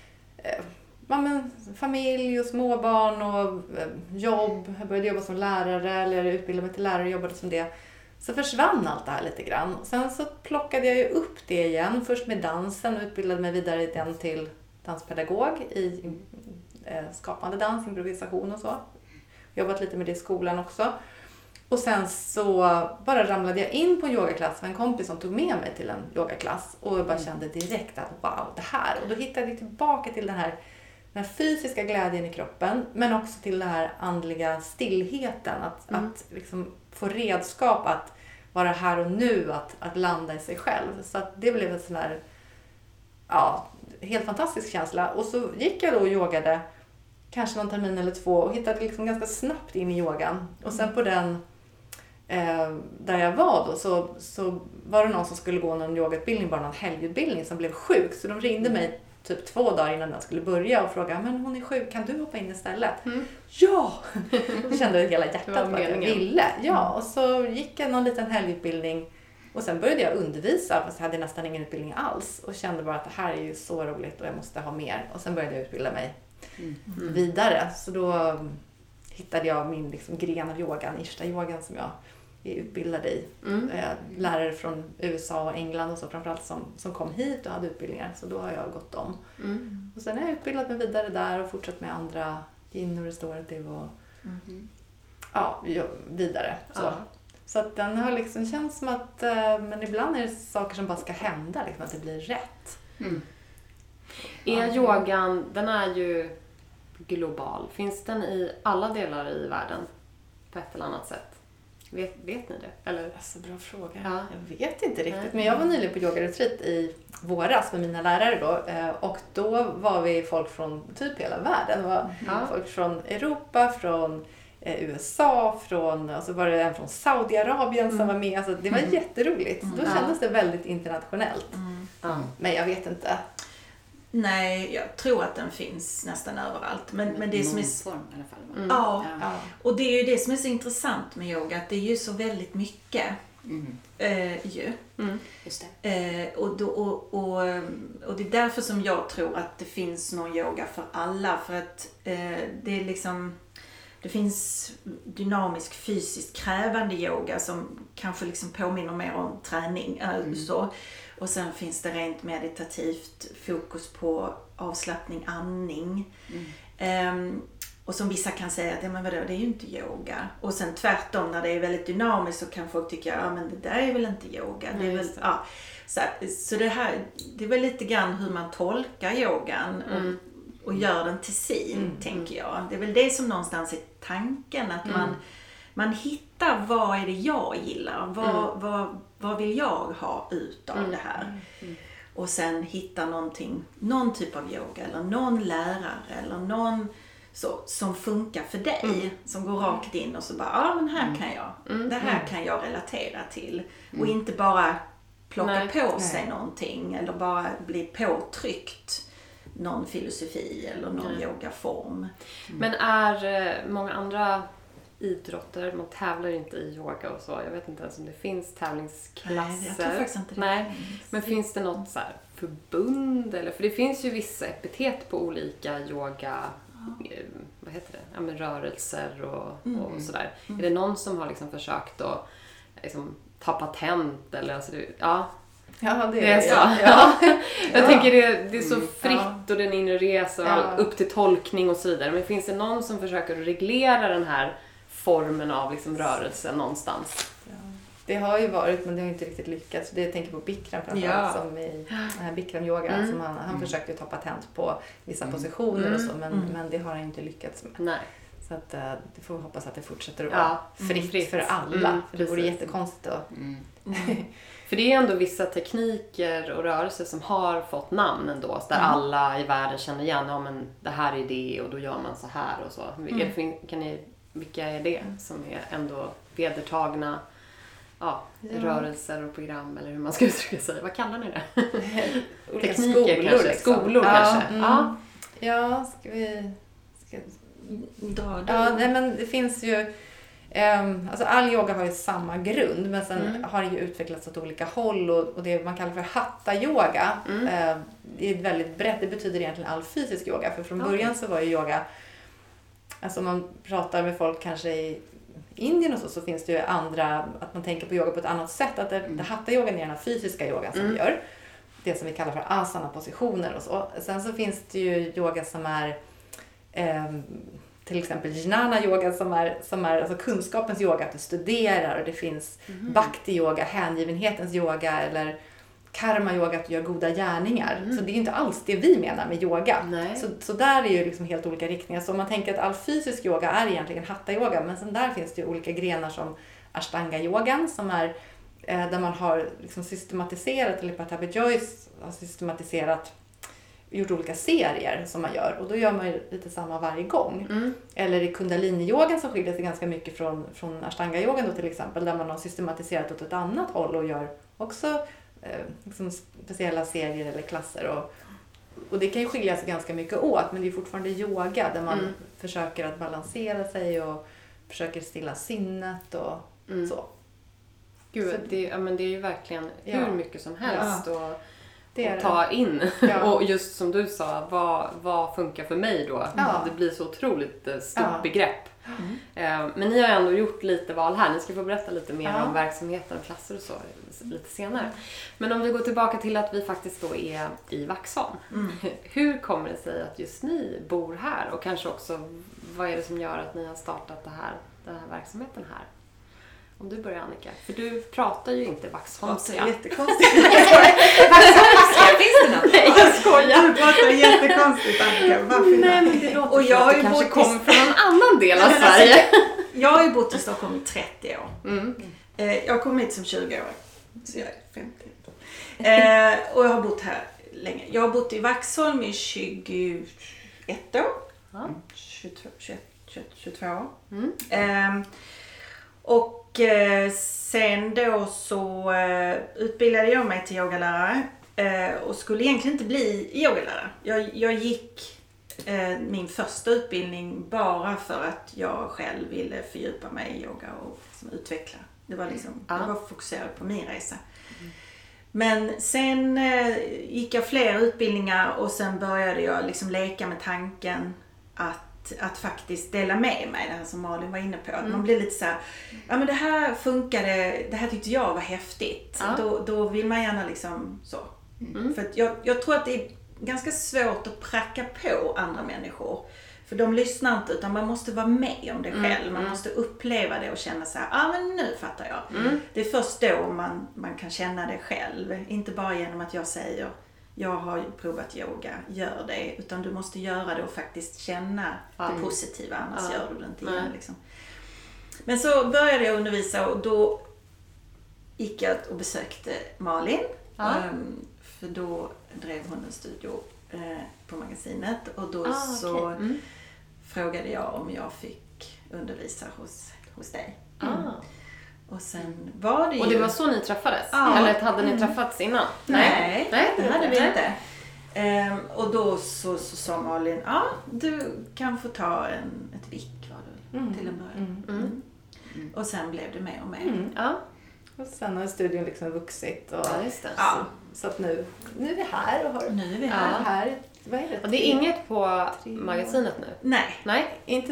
familj och småbarn och jobb. Jag började jobba som lärare eller utbildade mig till lärare och jobbade som det. Så försvann allt det här lite grann. Sen så plockade jag ju upp det igen. Först med dansen och utbildade mig vidare i den till danspedagog i skapande dans, improvisation och så. Jobbat lite med det i skolan också. Och sen så bara ramlade jag in på en yogaklass med en kompis som tog med mig till en yogaklass. Och jag bara kände direkt att wow, det här. Och då hittade jag tillbaka till den här fysiska glädjen i kroppen. Men också till den här andliga stillheten. Att liksom få redskap att vara här och nu. Att landa i sig själv. Så att det blev en sån här helt fantastisk känsla. Och så gick jag då och yogade kanske någon termin eller 2 och hittade liksom ganska snabbt in i yogan. Och sen på den där jag var då så var det någon som skulle gå någon yogautbildning, bara någon helgutbildning som blev sjuk. Så de ringde mig typ 2 dagar innan den skulle börja och frågade, men hon är sjuk, kan du hoppa in istället? Ja! Jag kände hela hjärtat vad jag ville. Ja, och så gick jag någon liten helgutbildning Och sen började jag undervisa, fast jag hade nästan ingen utbildning alls. Och kände bara att det här är ju så roligt och jag måste ha mer. Och sen började jag utbilda mig vidare. Så då hittade jag min liksom gren av yogan, Ishta-yogan, som jag är utbildad i. Lärare från USA och England och så framförallt som kom hit och hade utbildningar. Så då har jag gått dem. Och sen har jag utbildat mig vidare där och fortsatt med andra yin och restorative och vidare. Så att den har liksom känts som att men ibland är det saker som bara ska hända, liksom, att det blir rätt. Är yogan, den är ju global. Finns den i alla delar i världen på ett eller annat sätt? Vet ni det? Eller? Alltså, bra fråga. Ja. Jag vet inte riktigt. Men jag var nyligen på yogaretreat i våras med mina lärare då. Och då var vi folk från typ hela världen. Det var folk från Europa, från USA, och så var det en från Saudiarabien som var med. Alltså, det var jätteroligt. Då kändes det väldigt internationellt. Men jag vet inte. Nej, jag tror att den finns nästan överallt. Men det som är form i alla fall. Ja. Och det är ju det som är så intressant med yoga, att det är ju så väldigt mycket. Just det. Och det är därför som jag tror att det finns någon yoga för alla, för att det är liksom, det finns dynamisk fysiskt krävande yoga som kanske liksom påminner mer om träning så. Och sen finns det rent meditativt fokus på avslappning, andning. Och som vissa kan säga att men vadå, det är ju inte yoga. Och sen tvärtom, när det är väldigt dynamiskt så kan folk tycka men det där är väl inte yoga. Det är väl, så det här, det är väl lite grann hur man tolkar yogan och gör den till sin, tänker jag. Det är väl det som någonstans är tanken, att man hittar vad är det jag gillar. Vad vill jag ha ut av det här? Och sen hitta någon typ av yoga eller någon lärare eller någon så, som funkar för dig. Som går rakt in och så bara, men här kan jag. Det här kan jag relatera till. Och inte bara plocka på sig någonting eller bara bli påtryckt någon filosofi eller någon yogaform. Men är många andra idrotter, man tävlar inte i yoga och så. Jag vet inte ens om det finns tävlingsklasser. Nej, jag tror faktiskt inte det. Nej. Men finns det något så här förbund? Eller? För det finns ju vissa epitet på olika yoga, vad heter det? Ja, men rörelser och sådär. Är det någon som har liksom försökt att liksom, ta patent? Eller, alltså, Ja, det är så. Ja. Jag tänker det är så fritt och den inre resa upp till tolkning och så vidare. Men finns det någon som försöker reglera den här formen av liksom rörelse någonstans? Det har ju varit, men det har inte riktigt lyckats. Jag tänker på Bikram framförallt, som i Bikram-yoga. Som han försökte ta patent på vissa positioner och så, men det har han inte lyckats med. Nej. Så att det får vi hoppas att det fortsätter att vara fritt för alla. För det vore jättekonstigt att... För det är ändå vissa tekniker och rörelser som har fått namn ändå. Där alla i världen känner igen, men det här är det och då gör man så här och så. Vilka är det som är ändå vedertagna rörelser och program, eller hur man ska uttrycka sig? Vad kallar ni det? Tekniker skolor, kanske? Liksom. Skolor kanske? Ja, ska vi... Nej, men det finns ju... alltså all yoga har ju samma grund, men sen har det ju utvecklats åt olika håll, och det man kallar för hatha-yoga det är väldigt brett. Det betyder egentligen all fysisk yoga, för från början så var ju yoga, alltså om man pratar med folk kanske i Indien och så finns det ju andra, att man tänker på yoga på ett annat sätt, att det hatha-yogan är den här fysiska yogan som vi gör, det som vi kallar för asana-positioner och så. Sen så finns det ju yoga som är till exempel jnana yoga som är alltså kunskapens yoga, att du studerar, och det finns bhakti yoga, hängivenhetens yoga, eller karma yoga, att du gör goda gärningar. Så det är inte alls det vi menar med yoga. Så där är ju liksom helt olika riktningar. Så om man tänker att all fysisk yoga är egentligen hatha yoga, men sen där finns det ju olika grenar som ashtanga yogan, som är där man har liksom systematiserat, eller Patabi Joyce har systematiserat, gjort olika serier som man gör, och då gör man ju lite samma varje gång. Eller i kundalini-yogan så skiljer sig ganska mycket från ashtanga-yogan då, till exempel, där man har systematiserat åt ett annat håll och gör också liksom speciella serier eller klasser, och det kan ju skilja sig ganska mycket åt, men det är fortfarande yoga där man försöker att balansera sig och försöker stilla sinnet och så. Gud, det är ju verkligen hur mycket som helst att ta in. Och just som du sa, vad funkar för mig då? Det blir så otroligt stort begrepp. Men ni har ändå gjort lite val här. Ni ska få berätta lite mer om verksamheten och klasser och så lite senare. Men om vi går tillbaka till att vi faktiskt då är i Vaxholm. Hur kommer det sig att just ni bor här? Och kanske också, vad är det som gör att ni har startat den här verksamheten här? Om du börjar, Annika. För du pratar ju inte vaxholmska. Det är jättekonstigt. Vaxholmska, finns det något? Nej, jag skojar. Du pratar jättekonstigt, Annika. Nej, men det låter och jag kanske kommer från någon annan del av Sverige. Jag har ju bott i Stockholm i 30 år. Jag kom hit som 20-åring. Så jag är 50. Och jag har bott här länge. Jag har bott i Vaxholm i 21 år. 22 år. Och sen då så utbildade jag mig till yogalärare och skulle egentligen inte bli yogalärare. Jag gick min första utbildning bara för att jag själv ville fördjupa mig i yoga och liksom utveckla. Det var liksom, jag var fokuserad på min resa. Men sen gick jag fler utbildningar och sen började jag liksom leka med tanken att faktiskt dela med mig, det här som Malin var inne på. Att man blir lite så här, ja men det här funkade, det här tyckte jag var häftigt. Då vill man gärna liksom så. För att jag tror att det är ganska svårt att pracka på andra människor. För de lyssnar inte, utan man måste vara med om det själv. Man måste uppleva det och känna så här, men nu fattar jag. Det är först då man kan känna det själv. Inte bara genom att jag säger, jag har provat yoga, gör det. Utan du måste göra det och faktiskt känna det positiva, annars gör du det inte igen. Liksom. Men så började jag undervisa och då gick jag och besökte Malin. För då drev hon en studio på magasinet. Och då frågade jag om jag fick undervisa hos dig. Och sen var det ju... Och det var så ni träffades? Eller hade ni träffats innan? Nej, det hade vi inte. Och då så sa Malin, du kan få ta ett vick till en början. Och sen blev det mer och mer. Och sen har studion liksom vuxit. Och, just det. Så att nu är vi här och har... Nu är vi här. Vad är det? Och det är inget på magasinet nu? Nej.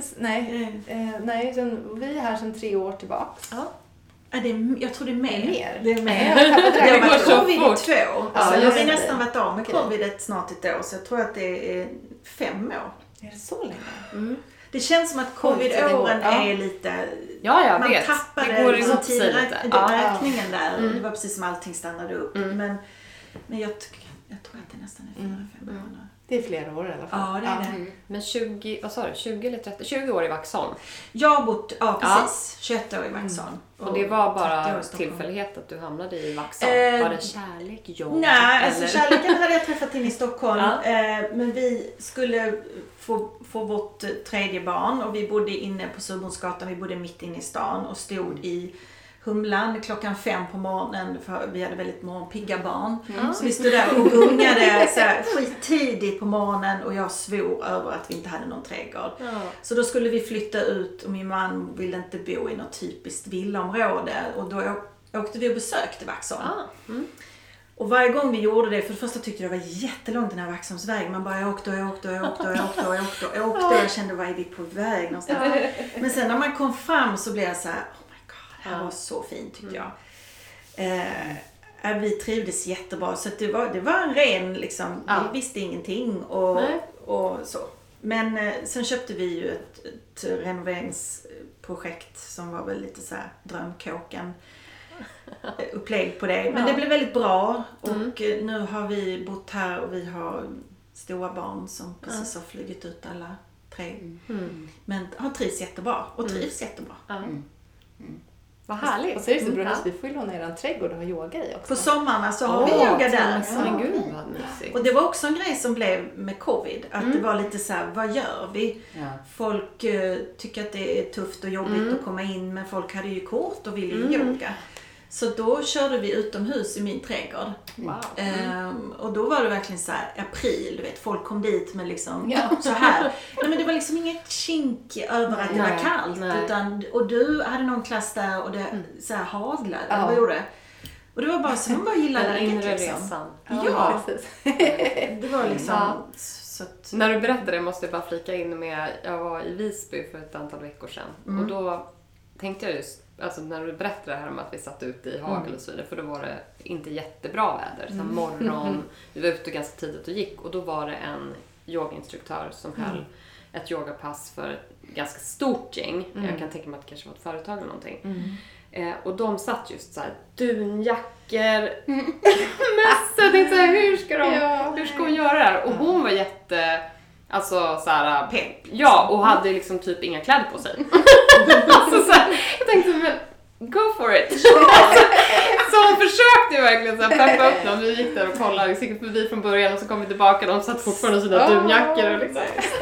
Nej, vi är här sedan 3 år tillbaks. Jag tror det är mer. Det är mer. Det var covid-2. Jag har nästan varit av med covid snart ett år. Så jag tror att det är 5 år. Är det så länge? Det känns som att covid-åren är lite... jag man vet. tappade det går ihop sig lite. Räkningen där. Det var precis som allting stannade upp. Men jag tror att det nästan är 4-5 år nu. Det är flera år i alla fall. Ja, det är det. Men 20 eller 30? 20 år i Vaxholm? Jag har bott, precis. 21 år i Vaxholm. Och det var bara tillfällighet att du hamnade i Vaxholm? Var det kärlek, jobb? Nej, alltså kärleken hade jag träffat in i Stockholm. Men vi skulle få vårt 3:e barn och vi bodde inne på Surbrunnsgatan. Vi bodde mitt inne i stan och stod i Humlan 5:00 på morgonen, för vi hade väldigt morgonpigga barn. Så vi stod där och gungade så här skittidigt på morgonen och jag svor över att vi inte hade någon trädgård. Så då skulle vi flytta ut och min man ville inte bo i något typiskt villaområde och då åkte vi och besökte Vaxholm. Och varje gång vi gjorde det, för det första tyckte jag det var jättelångt den här Vaxholmsvägen. Man bara åkte och jag kände, var är vi på väg någonstans? Men sen när man kom fram så blev jag så här, det här var så fint tyckte jag. Vi trivdes jättebra. Så att det var en ren, liksom, vi visste ingenting och så. Men sen köpte vi ju ett renoveringsprojekt som var väl lite så här drömkåken upplägg på det. Men det blev väldigt bra. Och nu har vi bott här och vi har stora barn som precis har flugit ut alla 3. Men har trivs jättebra och trivs jättebra. Vad härligt. Och så är det så bra att vi får låna er trädgård och ha yoga i också. På sommarna så har vi yoga där. Men gud vad mysigt. Och det var också en grej som blev med covid. Att det var lite så här, vad gör vi? Folk tycker att det är tufft och jobbigt att komma in. Men folk hade ju kort och ville yoga. Så då körde vi utomhus i min trädgård. Wow. Och då var det verkligen så här april, du vet, folk kom dit med liksom så här. Nej, men det var liksom inget kink över att det var kallt. Utan, och du hade någon klass där och det så här haglade. Ja. Vad gjorde det? Och det var bara så man bara gillade den inre liksom. resan. Ja, precis. Det var liksom... Så att... När du berättade det måste jag bara flika in med, jag var i Visby för ett antal veckor sedan. Och då tänkte jag just, alltså när du berättade det här om att vi satt ute i hagel och så vidare, för då var det inte jättebra väder. Så morgon, vi var ute ganska tidigt och gick, och då var det en yogainstruktör som höll ett yogapass för ett ganska stort gäng. Jag kan tänka mig att det kanske var ett företag eller någonting. Och de satt just så här, dunjackor, mössor. Jag tänkte så här, hur ska hon göra det här? Och hon var alltså så här, pepp. Ja, och hade liksom typ inga kläder på sig. Alltså så här, jag tänkte, men go for it. Så hon försökte ju verkligen så här peppa upp dem. Vi gick där och kollade, vi gick förbi från början och så kom vi tillbaka. De satt fortfarande sina dunjackor och liksom.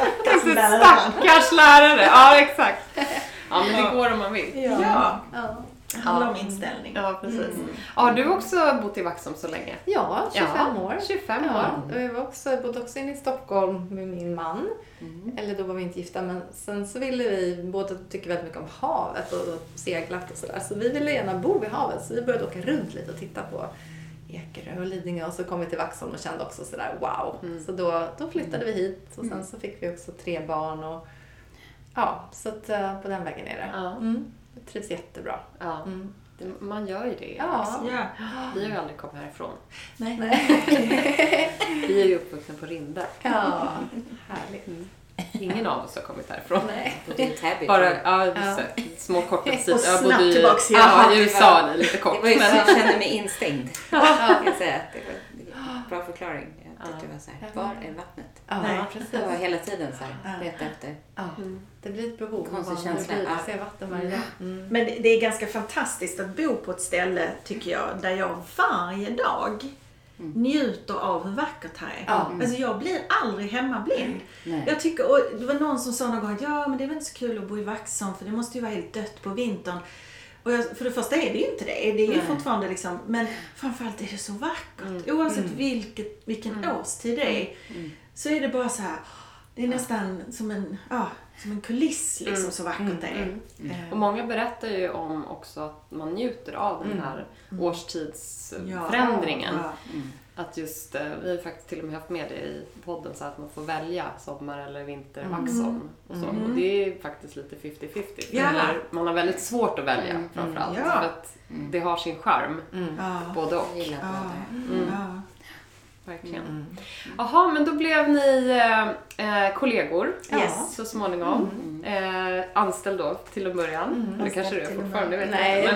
Stackars lärare. Ja, exakt. Ja, men det går om man vill. Ja. Det handlar om inställning. Ja, precis. Har du också bott i Vaxholm så länge? Ja, 25 år. 25 år. Ja, jag bodde också inne i Stockholm med min man. Eller då var vi inte gifta, men sen så ville vi båda tycka väldigt mycket om havet och seglat och sådär. Så vi ville gärna bo vid havet, så vi började åka runt lite och titta på Ekerö och Lidingö, och så kom vi till Vaxholm och kände också sådär wow. Så då flyttade vi hit, och sen så fick vi också 3 barn och ja, så att på den vägen är det. Jag trivs jättebra. Ja. Man gör ju det. Ja. Vi har ju aldrig kommit härifrån. Nej. Vi är ju uppvuxna på Rinde. Ja, härligt. Ingen av oss har kommit härifrån. Nej. Bara små korta tid. Och snabbt tillbaks i USA lite kort. Det var ju så jag kände mig instängd. Jag kan säga att det var en bra förklaring. Det var så här, var är vattnet? Ja, precis. Det var hela tiden så här, leta efter. Ja, det blir ett behov. Konstig känsla. Att se vatten varje dag. Men det är ganska fantastiskt att bo på ett ställe, tycker jag, där jag varje dag njuter av hur vackert här är. Alltså jag blir aldrig hemmablind. Jag tycker, och det var någon som sa någon gång att ja, men det är väl inte så kul att bo i Vaxholm, för det måste ju vara helt dött på vintern. Och för det första är det ju inte det. Det är ju fortfarande liksom, men framförallt är det så vackert. Oavsett vilken årstid det är, så är det bara så här, det är nästan som en kuliss liksom, så vackert det är. Och många berättar ju om också att man njuter av den här årstidsförändringen. Att just, vi har faktiskt till och med haft med det i podden, så att man får välja sommar eller vinter Vaxholm. Och så. Och det är faktiskt lite 50-50. Eller man har väldigt svårt att välja framförallt. För att det har sin charm. Både och. Verkligen. Jaha, men då blev ni kollegor så småningom. Anställd då till en början. Det kanske det är fortfarande, vet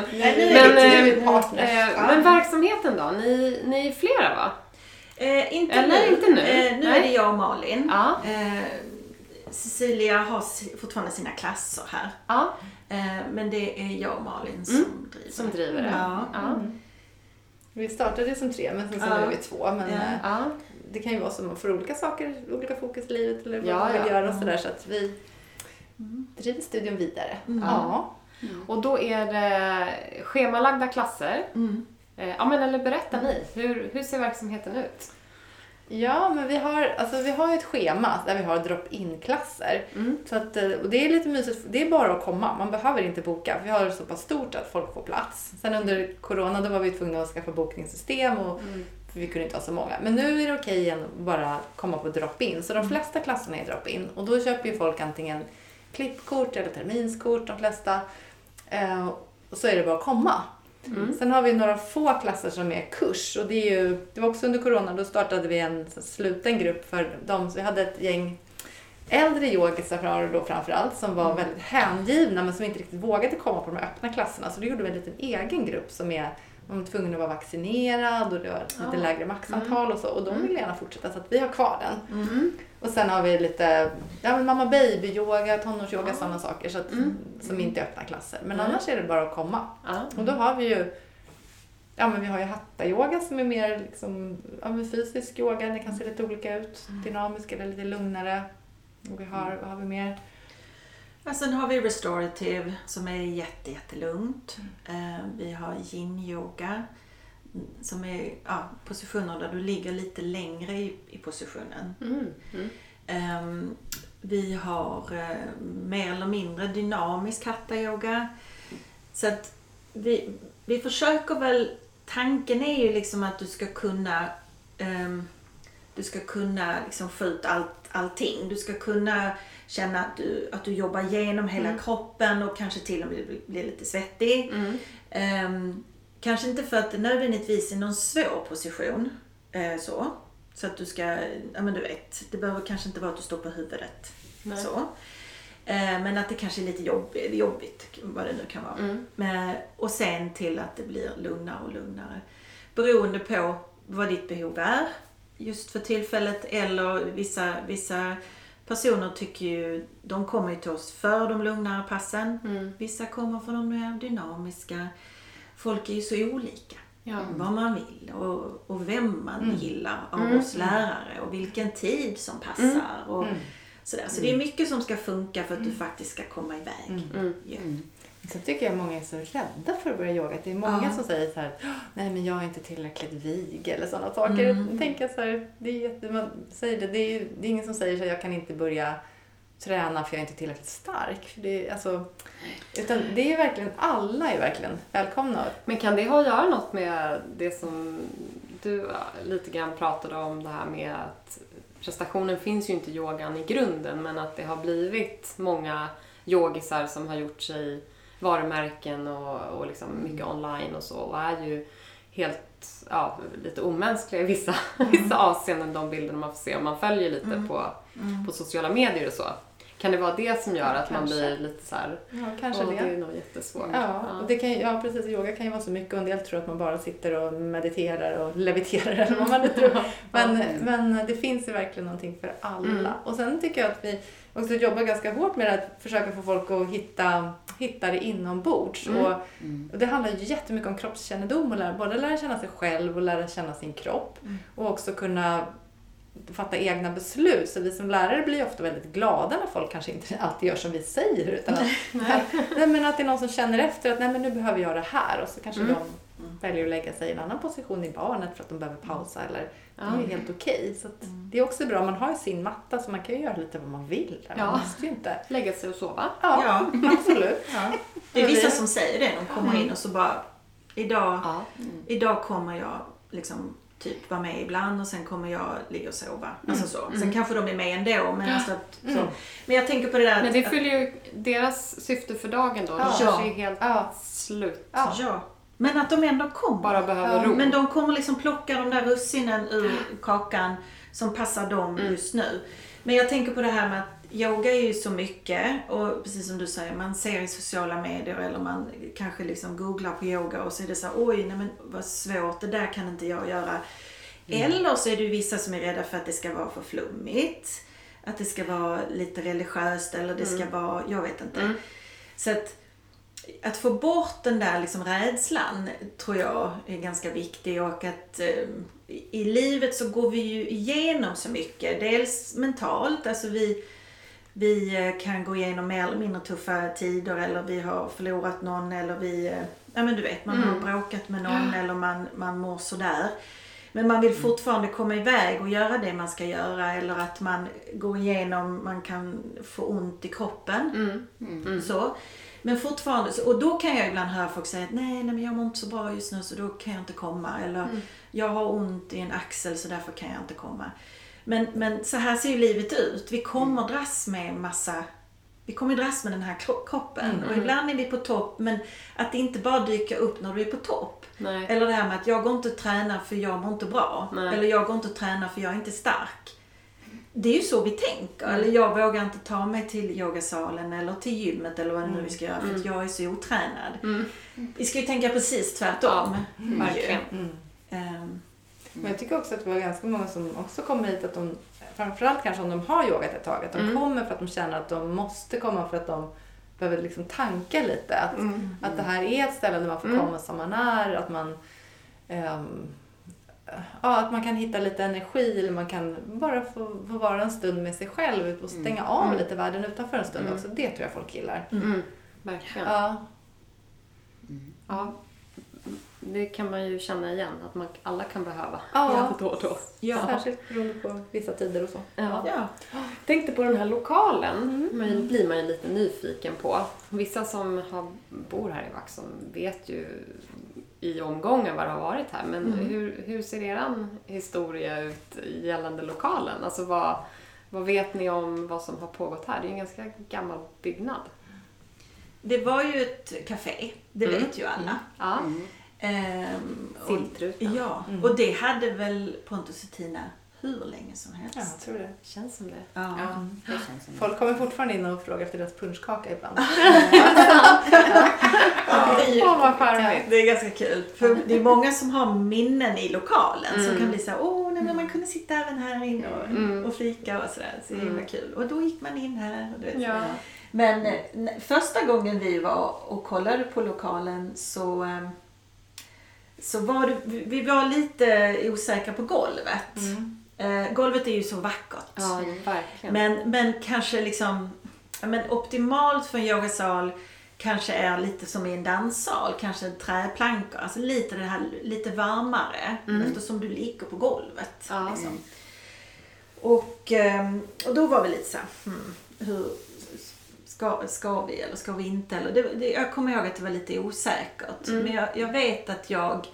men verksamheten då? Ni är flera, va? Inte nu. Nu är det jag och Malin. Cecilia har fortfarande sina klasser här. Men det är jag och Malin som driver det. Vi startade som 3, men sen är vi 2. Men det kan ju vara så att man får olika saker, olika fokus i livet eller vad man vill göra och sådär, så att vi driver studion vidare. Och då är det schemalagda klasser. Eller berätta ni, hur ser verksamheten ut? Ja, men vi har ett schema där vi har drop-in-klasser. Så att, och det är lite mysigt, det är bara att komma, man behöver inte boka. Vi har det så pass stort att folk får plats. Sen under corona då var vi tvungna att skaffa bokningssystem och vi kunde inte ha så många. Men nu är det okej igen att bara komma på drop-in. Så de flesta klasserna är drop-in. Och då köper ju folk antingen klippkort eller terminskort, de flesta. Och så är det bara att komma. Sen har vi några få klasser som är kurs, och det var också under corona, då startade vi en sluten grupp för dem. Så vi hade ett gäng äldre yogisar då framförallt som var väldigt hängivna men som inte riktigt vågade komma på de öppna klasserna. Så då gjorde vi en liten egen grupp som man var tvungen att vara vaccinerad och det var lite lägre maxantal och så. Och de vill gärna fortsätta, så att vi har kvar den. Och sen har vi lite mamma baby yoga, tonårsyoga, sådana saker så att, som inte är öppna klasser. Men annars är det bara att komma. Och då har vi ju vi har ju hatta yoga som är mer liksom, fysisk yoga. Det kan se lite olika ut. Dynamisk eller lite lugnare. Och vad har vi mer? Sen har vi restorative som är jättelugnt. Vi har yin-yoga som är positioner där du ligger lite längre i positionen. Vi har mer eller mindre dynamisk hatha-yoga. Så att vi försöker väl, tanken är ju liksom att du ska kunna liksom få ut allting. Du ska kunna känna att du jobbar igenom hela kroppen och kanske till och med blir lite svettig. Kanske inte för att det nödvändigtvis är någon svår position så att du ska, men du vet, det behöver kanske inte vara att du står på huvudet. Så. Men att det kanske är lite jobbigt vad det nu kan vara. Och sen till att det blir lugnare och lugnare. Beroende på vad ditt behov är just för tillfället, eller vissa personer tycker ju, de kommer ju till oss för de lugnare passen. Vissa kommer för de mer dynamiska. Folk är ju så olika. Vad man vill och vem man gillar av oss lärare och vilken tid som passar och sådär. Så det är mycket som ska funka för att du faktiskt ska komma iväg. Så tycker jag många är så rädda för att börja yoga. Det är många som säger så här: nej men jag är inte tillräckligt vig eller sådana saker. Jag tänker så här, man säger det är ingen som säger så här, jag kan inte börja träna för jag är inte tillräckligt stark. Utan det är verkligen, alla är verkligen välkomna. Men kan det ha att göra något med det som du lite grann pratade om, det här med att prestationen finns ju inte i yogan i grunden, men att det har blivit många yogisar som har gjort sig varumärken och liksom mycket online och så, och är ju helt lite omänskliga i vissa avseenden, de bilderna man får se om man följer lite på sociala medier och så. Kan det vara det som gör att man blir lite så här? Ja, kanske det. Det är nog jättesvårt. Och det kan, precis. Yoga kan ju vara så mycket, och en del tror att man bara sitter och mediterar och leviterar eller vad man nu tror. Men det finns ju verkligen någonting för alla. Och sen tycker jag att vi också jobbar ganska hårt med att försöka få folk att hitta det inombords. Och det handlar ju jättemycket om kroppskännedom, och både lära känna sig själv och lära känna sin kropp. Och också kunna fatta egna beslut. Så vi som lärare blir ofta väldigt glada när folk kanske inte alltid gör som vi säger, utan att, men att det är någon som känner efter att nej, men nu behöver jag det här, och så kanske de väljer att lägga sig i en annan position i barnet för att de behöver pausa, eller det är helt okej. Så att det är också bra, man har ju sin matta så man kan ju göra lite vad man vill där. Man måste ju inte lägga sig och sova. Ja. Absolut. Det är vissa som säger det, de kommer in och så bara idag kommer jag liksom typ vara med ibland och sen kommer jag ligga och sova. Alltså så. Sen kanske de är med ändå. Men, men jag tänker på det där. Men det fyller ju deras syfte för dagen då. De kanske är helt slut. Ja. Men att de ändå kommer. Bara behöver ro. Men de kommer liksom plocka de där russinen ur kakan som passar dem just nu. Men jag tänker på det här med att yoga är ju så mycket, och precis som du säger, man ser i sociala medier eller man kanske liksom googlar på yoga och så är det så här, oj, nej men vad svårt, det där kan inte jag göra. Eller så är det ju vissa som är rädda för att det ska vara för flummigt, att det ska vara lite religiöst, eller det ska vara, jag vet inte. Så att få bort den där liksom rädslan tror jag är ganska viktig, och att i livet så går vi ju igenom så mycket, dels mentalt, alltså vi kan gå igenom mer eller mindre tuffa tider, eller vi har förlorat någon, eller men du vet, man har bråkat med någon, eller man mår sådär. Men man vill fortfarande komma iväg och göra det man ska göra, eller att man går igenom, man kan få ont i kroppen. Så. Men fortfarande, och då kan jag ibland höra folk säga att nej men jag mår inte så bra just nu så då kan jag inte komma. Eller jag har ont i en axel så därför kan jag inte komma. Men så här ser ju livet ut. Vi kommer dras med den här kroppen. Och ibland är vi på topp, men att det inte bara dyka upp när du är på topp. Nej. Eller det här med att jag går inte att träna för jag mår inte bra. Nej. Eller jag går inte att träna för jag är inte stark. Det är ju så vi tänker. Eller jag vågar inte ta mig till yogasalen eller till gymmet eller vad nu vi ska göra för att jag är så otränad. Vi ska ju tänka precis tvärtom. Verkligen. Men jag tycker också att det var ganska många som också kom hit, att de, framförallt kanske om de har yogat ett tag, att de kommer för att de känner att de måste komma för att de behöver liksom tanka lite. Att det här är ett ställe där man får komma som man är, att man att man kan hitta lite energi eller man kan bara få vara en stund med sig själv och stänga av lite världen utanför en stund också. Det tror jag folk gillar. Verkligen. Ja. Det kan man ju känna igen, att alla kan behöva då och då. Ja. Särskilt beroende på vissa tider och så. Ja. Tänkte på den här lokalen, blir man ju lite nyfiken på. Vissa som bor här i Vaxholm vet ju i omgången vad det har varit här. Men hur ser eran historia ut gällande lokalen? Alltså vad vet ni om vad som har pågått här? Det är ju en ganska gammal byggnad. Det var ju ett café, det vet ju alla. Filtrutan. Ja, och det hade väl Pontus och Tina hur länge som helst. Ja, jag tror det. Känns som det. Ja, det känns som det. Folk kommer fortfarande in och frågar efter deras punschkaka ibland. Vad charmigt. Det är ganska kul. För det är många som har minnen i lokalen som kan bli så här, nej, men man kunde sitta även här inne och fika och sådär. Så det var kul. Och då gick man in här. Och du vet, Men första gången vi var och kollade på lokalen så var vi var lite osäkra på golvet. Golvet är ju så vackert. Ja, verkligen. Men kanske liksom optimalt för en yogasal kanske är lite som i en danssal, kanske träplankor, alltså lite det här lite varmare eftersom du ligger på golvet liksom. Och då var vi lite så här, hur ska vi eller ska vi inte, eller jag kommer ihåg att det var lite osäkert, men jag vet att jag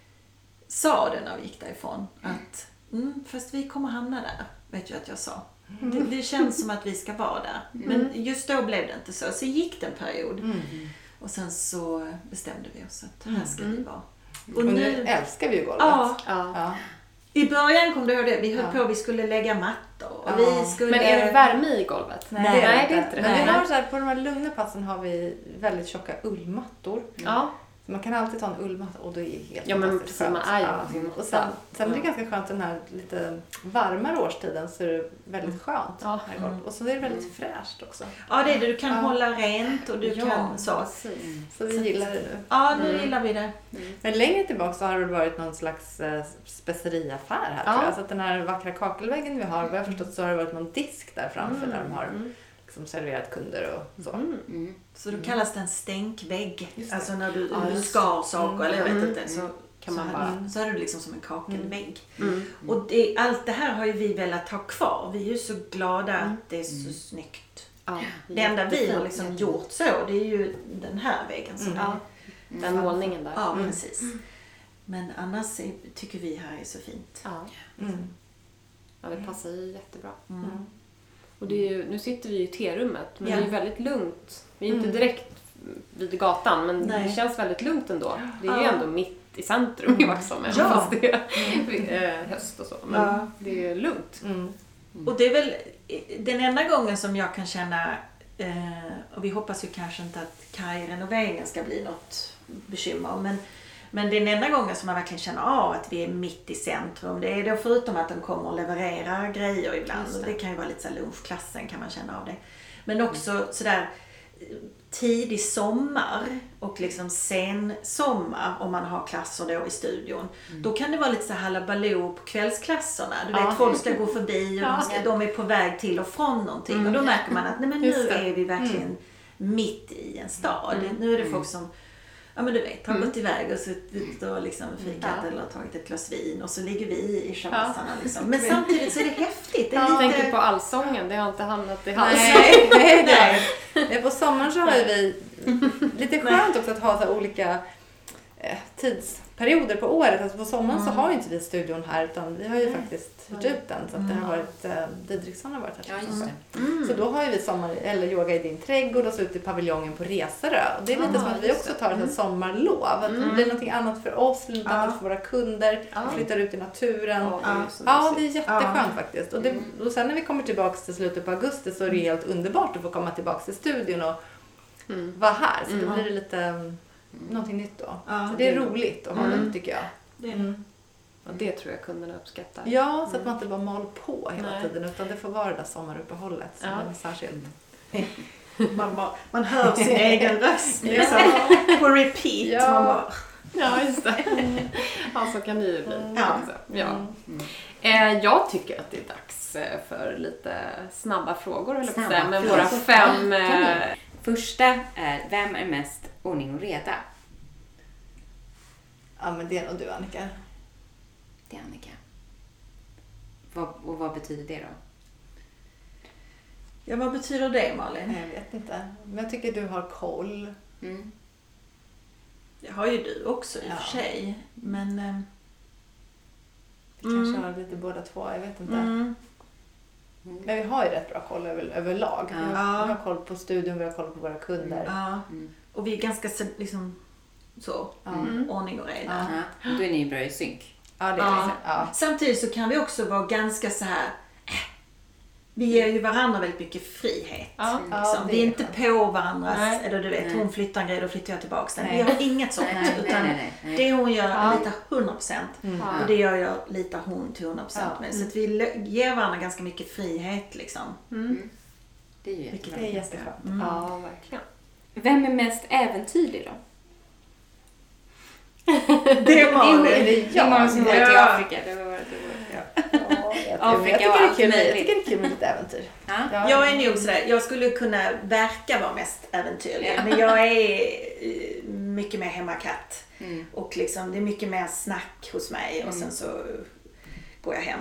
sa det när vi gick därifrån att fast vi kommer hamna där, vet jag att jag sa. Det känns som att vi ska vara där. Men just då blev det inte så. Så gick det en period. Och sen så bestämde vi oss att här ska vi vara. Och nu älskar vi ju golvet. Ja. I början kom det ihåg det. Vi höll på att vi skulle lägga mattor. Och vi skulle... Men är det värme i golvet? Nej, det är inte det. Men vi har så här, på de här lugna platsen har vi väldigt tjocka ullmattor. Ja. Så man kan alltid ta en ullmatta och det är helt men precis, man är ju och sen är det ganska skönt den här lite varmare årstiden, så är det väldigt skönt. Och så är det väldigt fräscht också. Ja, det är det. Du kan hålla rent och du kan så. Så vi gillar det nu. Ja, nu gillar vi det. Men längre tillbaka så har det varit någon slags speceriaffär här tror jag. Så att den här vackra kakelväggen vi har, vad jag förstått så har det varit någon disk där framför där de har liksom serverat kunder och så. Så då kallas det en stänkvägg. Alltså när du skar saker eller jag vet inte så kan man bara så är det liksom som en kakelvägg. Och allt det här har ju vi velat ha kvar. Vi är ju så glada att det är så snyggt. Det enda vi har liksom gjort så, det är ju den här väggen som den målningen där. Ja, precis. Men annars tycker vi här är så fint. Ja, det passar ju jättebra. Och det är ju, nu sitter vi i T-rummet, men det är ju väldigt lugnt. Vi är inte direkt vid gatan, men det känns väldigt lugnt ändå. Det är ju ändå mitt i centrum i Vaxholm, fast det är höst och så. Men det är lugnt. Och det är väl den enda gången som jag kan känna, och vi hoppas ju kanske inte att kajrenoveringen ska bli något bekymmer, men det är den enda gången som man verkligen känner att vi är mitt i centrum. Det är då förutom att de kommer och levererar grejer ibland. Det kan ju vara lite så här lunchklassen kan man känna av det. Men också sådär tidig sommar och liksom sen sommar om man har klasser då i studion. Då kan det vara lite så halabaloo på kvällsklasserna. Du vet, folk ska gå förbi och de är på väg till och från någonting. Och då märker man att nej, men nu är vi verkligen mitt i en stad. Nu är det folk som men du vet, har gått iväg och suttit och liksom fikat eller tagit ett glas vin och så ligger vi i chabassarna liksom. Men samtidigt så är det häftigt. Det är Jag tänker på allsången, det har inte hamnat i halsen. Nej. På sommaren så har vi lite skönt också att ha så olika tidsperioder på året. Alltså på sommaren så har ju inte vi studion här utan vi har ju faktiskt hyrt ut den. Så att det har varit, Didriksson har varit här. Så då har ju vi eller yoga i din trädgård och så ute i paviljongen på Reserö. Och det är lite som att vi också tar ett sommarlov. Att det blir någonting annat för oss, något annat för våra kunder. Flyttar ut i naturen. Det är jätteskönt faktiskt. Och sen när vi kommer tillbaka till slutet på augusti så är det helt underbart att få komma tillbaka till studion och vara här. Så då blir det lite någonting nytt då. Så det är roligt att ha det tycker jag. Och det tror jag kunderna uppskattar. Ja, så att man inte bara mal på hela tiden utan det får vara det där sommaruppehållet som är särskilt. Man hör sin egen röst liksom, på repeat. Man bara, Ja, just det. Ja, så kan det ju bli. Ja. Jag tycker att det är dags för lite snabba frågor, eller på säga, med våra 5... Första är, vem är mest ordning och reda? Ja, men det är nog du, Annika. Det är Annika. Och vad betyder det då? Ja, vad betyder det, Malin? Jag vet inte. Men jag tycker du har koll. Det har ju du också i och för sig. Men... Vi kanske har lite båda två, jag vet inte. Men vi har ju rätt bra koll överlag. Vi har koll på studion, vi har koll på våra kunder. Och vi är ganska liksom så, ordning och reda. Då är ni bra i synk. Ja, det är det. Samtidigt så kan vi också vara ganska så här. Vi ger ju varandra väldigt mycket frihet. Liksom. Vi är inte på varandras, eller du vet, hon flyttar en grej, då flyttar jag tillbaka den. Vi har inget sånt. Utan det hon gör litar 100%. Och det gör jag litar hon till 100% med. Så att vi ger varandra ganska mycket frihet liksom. Det är ju jättebra. Det är jätteskönt. Ja, verkligen. Vem är mest äventyrlig då? Det var det är många som varit i Afrika. Jag tycker det är kul med lite äventyr. Jag är nog sådär, jag skulle kunna verka vara mest äventyrlig. Men jag är mycket mer hemmakatt. Och liksom, det är mycket mer snack hos mig. Och sen så går jag hem.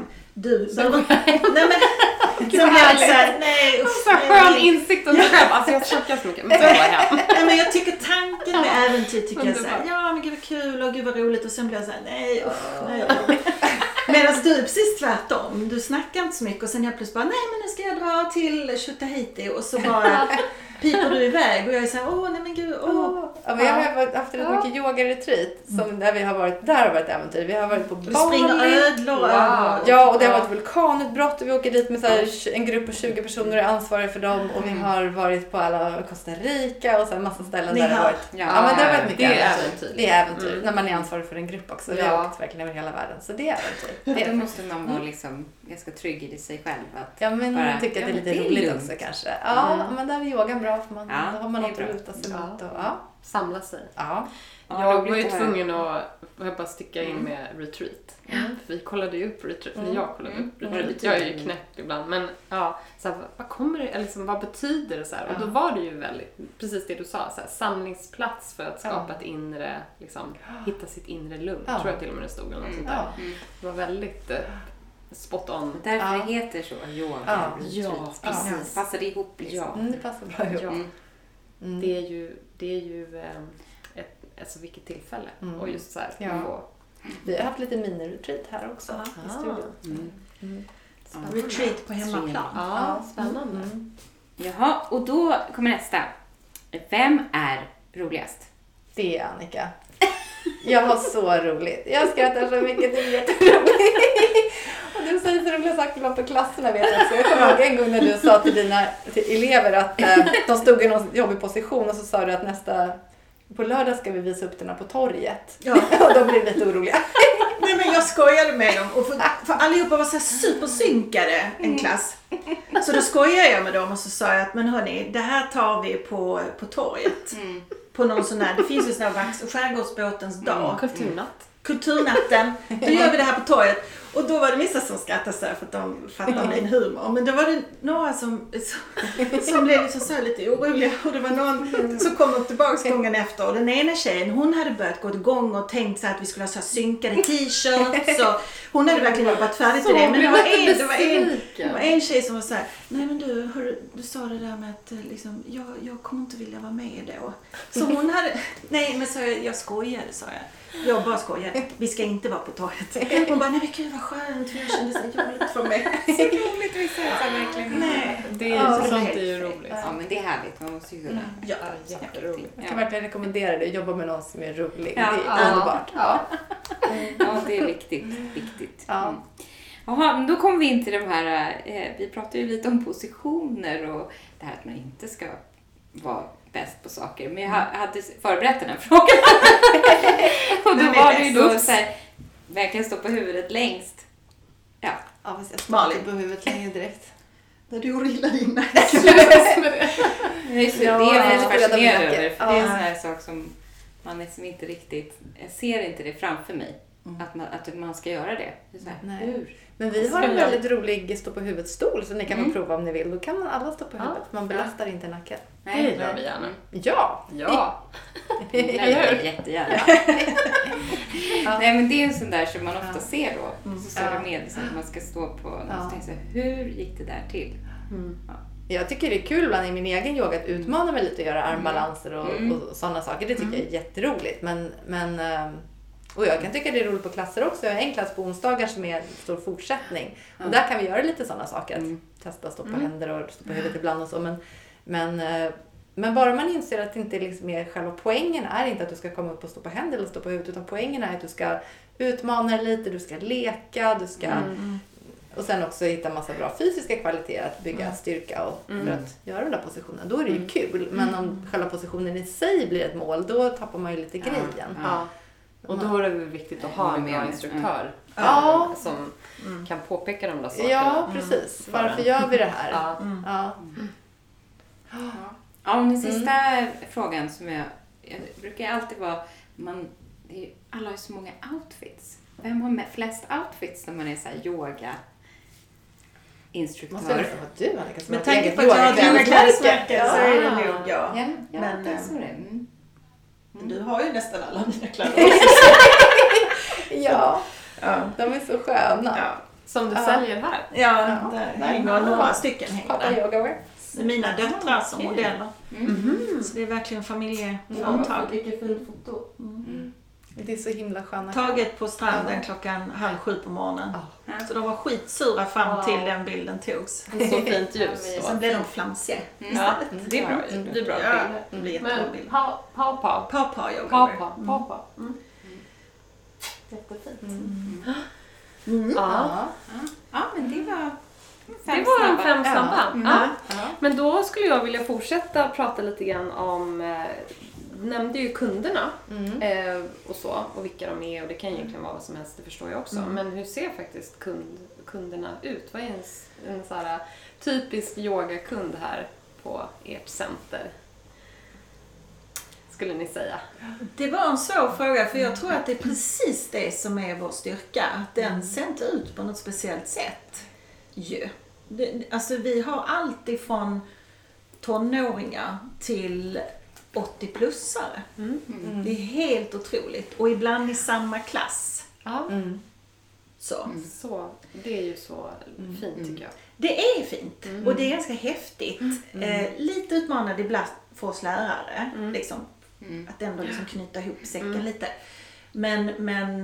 Skön insikt om dig själv. Alltså jag tjackar så mycket. Men så går jag hem. Nej, men jag tycker tanken med äventyr tycker jag såhär, ja men gud vad kul och gud vad roligt. Och sen blir jag såhär, nej. Medan du är precis tvärtom. Du snackar inte så mycket och sen jag plötsligt bara, nej men nu ska jag dra till Tjotahejti och så bara piper du iväg och jag är såhär, nej men gud, Ja, men jag har haft rätt mycket yoga-retreat som där vi har varit, där har varit äventyr. Vi har varit på Bali. Springer ödlor över. Ja, och det har varit vulkanutbrott och vi åker dit med så här, en grupp på 20 personer och är ansvariga för dem och vi har varit på alla Costa Rica och så en massa ställen där det har varit. Ja, men det har varit mycket äventyr. Det är äventyr när man är ansvarig för en grupp också. Vi har åkt verkligen över hela världen, så det är äventyr. Då måste man vara liksom ganska trygg i sig själv. Att ja, men bara, tycker att det är lite roligt också kanske. Ja, men där är yogan bra för då har man något att luta sig mot och samla sig. Ja. Jag var ju tvungen att bara sticka in med retreat. För vi kollade ju upp retreat. Eller jag kollade upp retreat. Jag är ju knäpp ibland. Men så här, vad kommer det, liksom, vad betyder det så här? Och då var det ju väldigt, precis det du sa, så här, samlingsplats för att skapa ett inre, liksom, hitta sitt inre lugn. Tror jag till och med det stod eller något sånt där. Det var väldigt spot on. Därför det heter så, yoga retreat. Precis. Passar det ihop liksom? Det passar bra ihop. Det är ju alltså vilket tillfälle. Och just så här, vi har haft lite mini-retreat här också i studion. Retreat på hemmaplan. Ja, spännande. Jaha, och då kommer nästa. Vem är roligast? Det är Annika. Jag har så roligt. Jag skrattar så mycket, det är jätteroligt. Och du säger så roliga saker ibland på klasserna, vet jag. Så jag kommer ihåg en gång när du sa till elever att de stod i någon jobbig position och så sa du att på lördag ska vi visa upp den här på torget. Ja. Och då blir det lite oroliga. Nej, men jag skojade med dem. Och för allihopa var så här supersynkade en klass. Så då skojade jag med dem och så sa jag att men hörni, det här tar vi på torget. På någon sån här, det finns ju sån här skärgårdsbåtens dag. Kulturnatten. Då gör vi det här på torget. Och då var det vissa som skrattade så här för att de fattade min humor. Men då var det några som blev liksom så lite oroliga. Och det var någon som kom tillbaka gången efter. Och den ena tjejen, hon hade börjat gå igång och tänkt så att vi skulle ha så här synkade t-shirts. Så hon hade verkligen jobbat färdigt med det. Men det var en tjej som var så här, nej men du sa det där med att liksom, jag kommer inte vilja vara med då. Så hon hade, nej men så jag skojade, sa jag. Jag bara skojar. Vi ska inte vara på torget. Hon bara, nej men gud vad skönt. Jag kände så jobbigt för mig. Så roligt vissa verkligen. Nej. Det är ju sånt är ju roligt. Ja, men det är härligt. Man måste ju kunna. Ja, jätteroligt. Jag kan verkligen rekommendera dig att jobba med någon som är rolig. Det är underbart. Ja, det är viktigt. Jaha, men då kommer vi in till de här, vi pratar ju lite om positioner och det här att man inte ska vara bäst på saker. Men jag hade förberett den här frågan. Och då var det ju då så här, verkligen stå på huvudet längst. Ja, fast jag står på huvudet längre direkt. När du orillar dina. Det är jag fascinerad över. För det är en sån här sak som man liksom inte riktigt, jag ser inte det framför mig. Att man ska göra det. Det är så här, hur? Men vi har en väldigt rolig stå på huvudet-stol så ni kan få prova om ni vill. Då kan man alla stå på huvudet. Man belastar inte nacken. Nej, det gör vi gärna. Ja! Jättegärna. Nej, men det är en sån där som man ofta ser då. Så står det med liksom, att man ska stå på någonstans. Hur gick det där till? Jag tycker det är kul ibland i min egen yoga att utmana mig lite och göra armbalanser och sådana saker. Det tycker jag är jätteroligt. Men och jag kan tycka det är roligt på klasser också. Jag har en klass på onsdagar som är stor fortsättning. Och där kan vi göra lite sådana saker. Att testa att stå på händer och stå på huvudet ibland och så. Men bara man inser att det inte liksom är själva poängen är inte att du ska komma upp och stå på händer eller stå på huvudet. Utan poängen är att du ska utmana dig lite, du ska leka, du ska... Och sen också hitta massa bra fysiska kvaliteter att bygga styrka och för att göra den där positionen. Då är det ju kul. Men om själva positionen i sig blir ett mål, då tappar man ju lite grejen. Ja. Och då är det viktigt att ha en bra instruktör som kan påpeka de där sakerna. Ja, precis. Varför gör vi det här? Ja, och den sista frågan som jag brukar alltid vara, alla har så många outfits. Vem har flest outfits när man är så här yoga instruktör? Måste det vara du, Annika, som med tanke på att jag har dina klädesmärken så är det nog jag. Men det är så det. Du har ju nästan alla mina kläder. Ja, de är så sköna. Ja. Som du säljer här. Ja, där hänger några stycken hänger Pappa yoga wear. Det är mina döttrar som modeller. Så det är verkligen familjeföretag. Vilket fint foto. Det är så himla sköna. Taget på stranden 6:30 på morgonen. Så de var skitsura fram till den bilden togs. Så fint ljus. Sen blev de flamsiga. Ja, det är bra. Det är bra bilder. Det blir jättebra bilder. Papa yoga. Papa. Jättefint. Ja, men det var en 5 snabba. Men då skulle jag vilja fortsätta prata lite grann om nämnde ju kunderna och så, och vilka de är, och det kan ju egentligen vara vad som helst, det förstår jag också. Men hur ser faktiskt kunderna ut? Vad är en så här typisk yogakund här på ert center? Skulle ni säga? Det var en svår fråga, för jag tror att det är precis det som är vår styrka. Att den ser inte ut på något speciellt sätt. Alltså vi har allt ifrån tonåringar till 80-plussare. Det är helt otroligt. Och ibland i samma klass. Så det är ju så fint tycker jag. Det är fint. Och det är ganska häftigt. Lite utmanande ibland för oss lärare. Liksom, att ändå liksom knyta ihop säcken lite. Men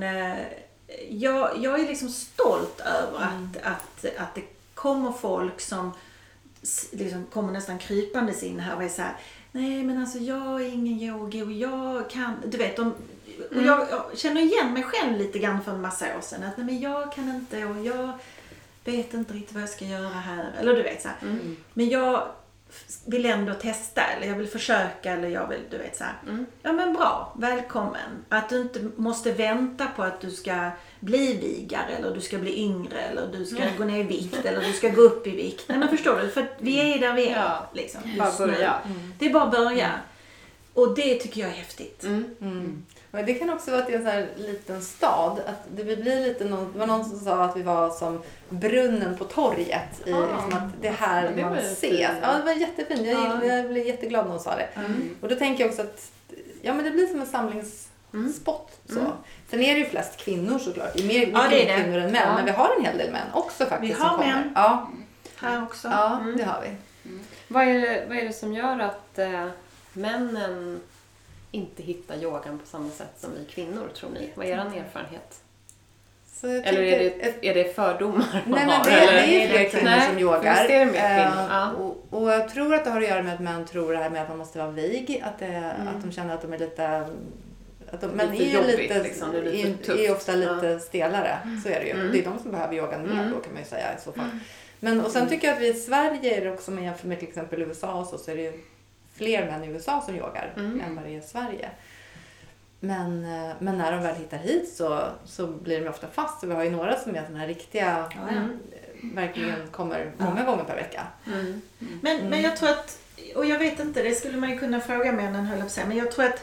jag är liksom stolt över att det kommer folk som liksom kommer nästan krypandes in här och är så här: nej men alltså jag är ingen yogi och jag kan, du vet, och jag känner igen mig själv lite grann för en massa år sedan att nej men jag kan inte och jag vet inte riktigt vad jag ska göra här, eller du vet så här. Men jag vill ändå testa, eller jag vill försöka, eller jag vill, du vet så här. Ja men bra, välkommen. Att du inte måste vänta på att du ska bli vigare, eller du ska bli yngre, eller du ska gå ner i vikt, eller du ska gå upp i vikt. Nej men förstår du, för vi är där vi är liksom. Bara börja. Det är bara att börja. Och det tycker jag är häftigt. Men det kan också vara att det är en sån här liten stad. Att det blir lite det var någon som sa att vi var som brunnen på torget. Liksom att det här det man ses. Ja, det var jättefint. Jag blev jätteglad när hon sa det. Och då tänker jag också att men det blir som en samlingsspot. Så. Sen är det ju flest kvinnor såklart. Det är mer kvinnor än män. Men vi har en hel del män också faktiskt. Vi har män. Ja. Här också. Ja, det har vi. Vad är det som gör att männen inte hittar yogan på samma sätt som vi kvinnor, tror ni? Vad är er erfarenhet? Eller är det fördomar man har? Nej, men det är fler kvinnor som yogar. Visst är det mer kvinnor. Och jag tror att det har att göra med att män tror det här med att man måste vara vig. Att de känner att de är lite... Men lite jobbigt, lite, liksom. Det är lite tufft. Är ofta lite stelare. Så är det ju. Det är de som behöver yogan mer då, kan man ju säga i så fall. Men, och sen tycker jag att vi i Sverige är det också, om man jämför med till exempel USA och så är det ju fler män i USA som yogar än vad det är i Sverige. Men när de väl hittar hit så blir de ofta fast. Så vi har ju några som är såna här riktiga, verkligen kommer många gånger per vecka. Men jag tror att, och jag vet inte, det skulle man ju kunna fråga männen, höll jag på att säga, men jag tror att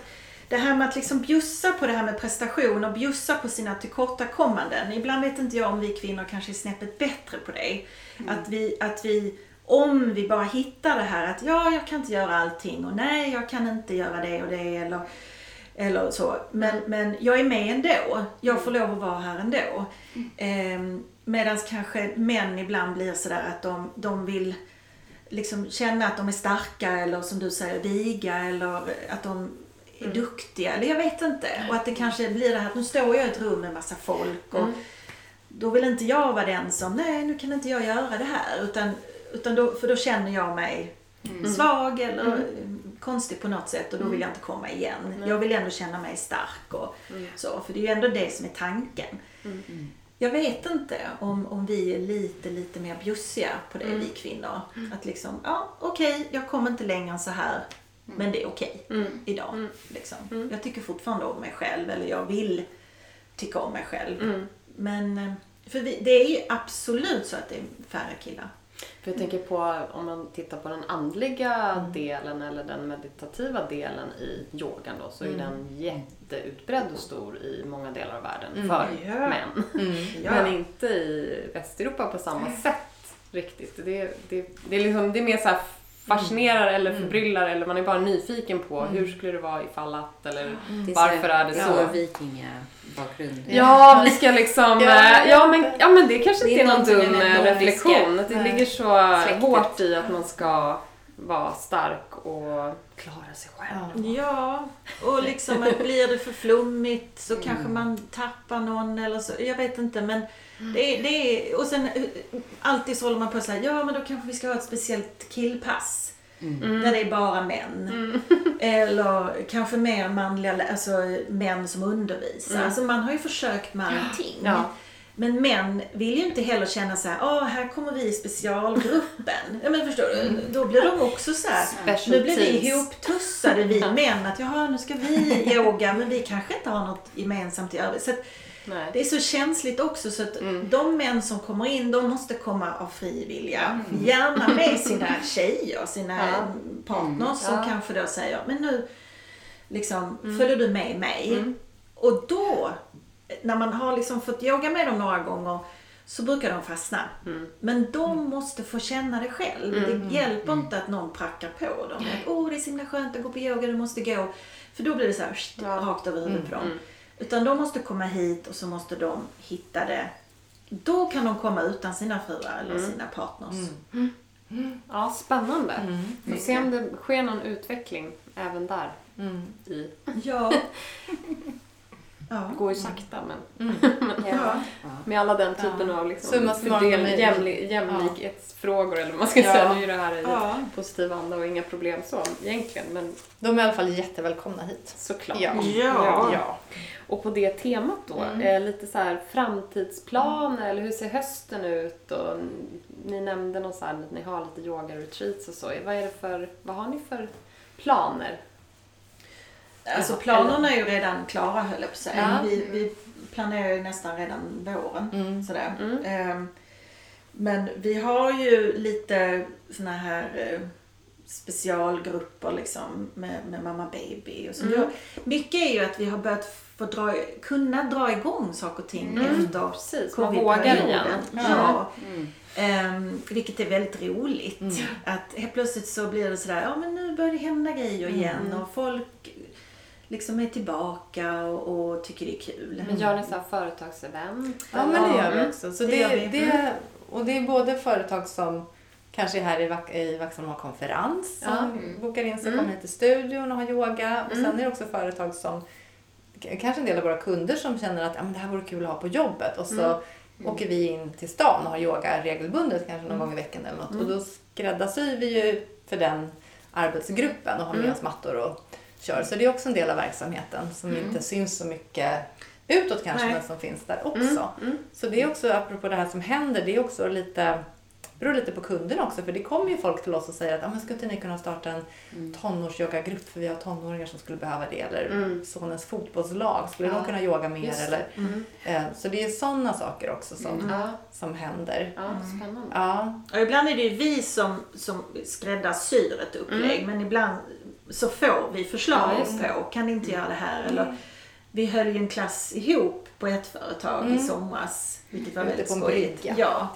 det här med att liksom bjussa på det här med prestation och bjussa på sina tillkortakommanden. Ibland vet inte jag om vi kvinnor kanske är snäppet bättre på det. Att vi, om vi bara hittar det här att jag kan inte göra allting och nej, jag kan inte göra det och det eller så. Men jag är med ändå. Jag får lov att vara här ändå. Medan kanske män ibland blir sådär att de vill liksom känna att de är starka eller som du säger viga eller att de är duktiga eller jag vet inte. Och att det kanske blir det här att nu står jag i ett rum med en massa folk och då vill inte jag vara den som nej, nu kan inte jag göra det här utan då känner jag mig svag eller konstig på något sätt och då vill jag inte komma igen. Jag vill ändå känna mig stark och så, för det är ju ändå det som är tanken. Jag vet inte om vi är lite mer bjussiga på det, vi kvinnor. Att liksom, okej, jag kommer inte längre än så här, men det är okej idag. Liksom. Jag tycker fortfarande om mig själv, eller jag vill tycka om mig själv. Men för det är ju absolut så att det är färre killar. För jag tänker på, om man tittar på den andliga delen eller den meditativa delen i yogan då, så är den jätteutbredd och stor i många delar av världen för män. Men inte i Västeuropa på samma sätt riktigt. Det är mer så här fascinerar eller förbryllar eller man är bara nyfiken på hur skulle det vara ifall att eller varför är det så. Vikingabakgrund. Ja, vi ska liksom men det kanske inte är någon dum reflektion. Att det ligger så hårt i att man ska vara stark och klara sig själv. Ja, och liksom att blir det för flummigt så kanske man tappar någon eller så. Jag vet inte, men det är och sen alltid så håller man på att säga men då kanske vi ska ha ett speciellt killpass. Där det är bara män. Eller kanske mer manliga, alltså män som undervisar. Alltså man har ju försökt med allting. Ja. Men män vill ju inte heller känna så här, här kommer vi i specialgruppen. Ja, men förstår du? Då blir de också så här, nu blir vi ihoptussade vi män att nu ska vi yoga men vi kanske inte har något gemensamt i övrigt. Så att det är så känsligt också så att de män som kommer in, de måste komma av fri vilja. Gärna med sina tjejer, sina partners som kanske då säger, men nu liksom, följer du med mig? Och då, när man har liksom fått yoga med dem några gånger så brukar de fastna. Men de måste få känna det själv. Det hjälper inte att någon prackar på dem. Att, det är så himla skönt att gå på yoga, du måste gå. För då blir det så här rakt över huvudet på dem. Utan de måste komma hit och så måste de hitta det. Då kan de komma utan sina fruar eller sina partners. Ja, spännande. Får se om det sker någon utveckling även där. Ja. Det går ju sakta men med alla den typen av liksom, jämlikhetsfrågor eller vad man ska säga. Nu är det här i positiv anda och inga problem så egentligen. Men de är i alla fall jättevälkomna hit. Såklart. Ja. Och på det temat då, lite så här framtidsplaner eller hur ser hösten ut? Och ni nämnde någon så här, att ni har lite yoga-retreats och så. Vad har ni för planer? Alltså planerna är ju redan klara höll jag på att säga. Vi planerar ju nästan redan våren. Sådär. Men vi har ju lite såna här specialgrupper liksom med mamma baby och så. Mycket är ju att vi har börjat kunna dra igång saker och ting efter covid-perioden. Vilket är väldigt roligt. Att helt plötsligt så blir det sådär, men nu börjar det hända grejer igen och folk liksom är tillbaka och tycker det är kul. Men gör ni så här företagsevent? Ja, men det gör vi också. Så det är både företag som kanske är här i Vaxholm har konferens som bokar in sig, kommer hit till studion och har yoga. Och sen är det också företag som, kanske en del av våra kunder som känner att det här vore kul att ha på jobbet. Och så åker vi in till stan och har yoga regelbundet, kanske någon gång i veckan eller något. Och då skräddarsyr vi ju för den arbetsgruppen och har med oss mattor och kör. Så det är också en del av verksamheten som inte syns så mycket utåt kanske, men som finns där också. Så det är också, apropå det här som händer, det är också beror lite på kunderna också, för det kommer ju folk till oss och säger att ska inte ni kunna starta en tonårsyoga-grupp för vi har tonåringar som skulle behöva det, eller sonens fotbollslag, skulle de kunna yoga mer eller så det är sådana saker också som händer. Spännande. Och ibland är det ju vi som skräddarsyr ett upplägg, men ibland så får vi förslag på, kan ni inte göra det här? Eller vi höll ju en klass ihop på ett företag i somras, vilket var väldigt skojigt. Ja.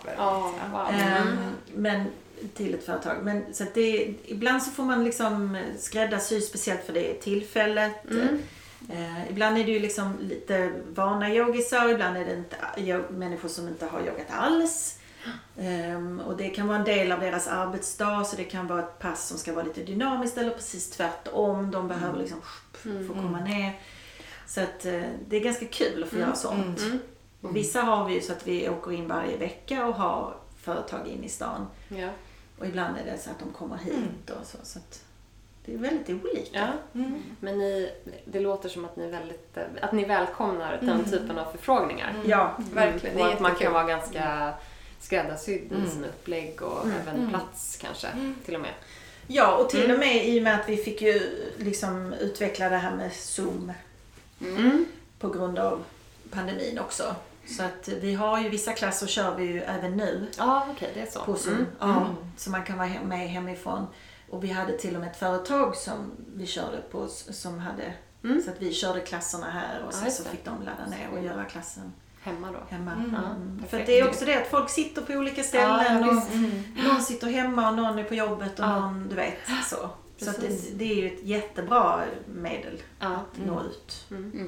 Men till ett företag. Men så att ibland så får man liksom skräddarsy speciellt för det tillfället. Ibland är det ju liksom lite vana yogisar, ibland är det inte människor som inte har yogat alls. Och det kan vara en del av deras arbetsdag, så det kan vara ett pass som ska vara lite dynamiskt eller precis tvärtom. De behöver liksom få komma ner. Så att det är ganska kul att få göra sånt. Och vissa har vi ju så att vi åker in varje vecka och har företag in i stan. Ja. Och ibland är det så att de kommer hit och så att det är väldigt olika. Ja. Men det låter som att ni välkomnar den typen av förfrågningar. Ja, verkligen. Och att man kan vara ganska skräddarsydd i sin upplägg och även plats kanske till och med. Ja, och till och med i och med att vi fick ju liksom utveckla det här med Zoom på grund av pandemin också. Så att vi har ju vissa klasser kör vi ju även nu. Ja, okej, det är så. På Zoom. Så man kan vara med hemifrån. Och vi hade till och med ett företag som vi körde på som hade så att vi körde klasserna här och så fick de ladda ner och göra klassen hemma då. För det är också det att folk sitter på olika ställen och någon sitter hemma och någon är på jobbet och någon, du vet, så. Så att det är ju ett jättebra medel att nå ut.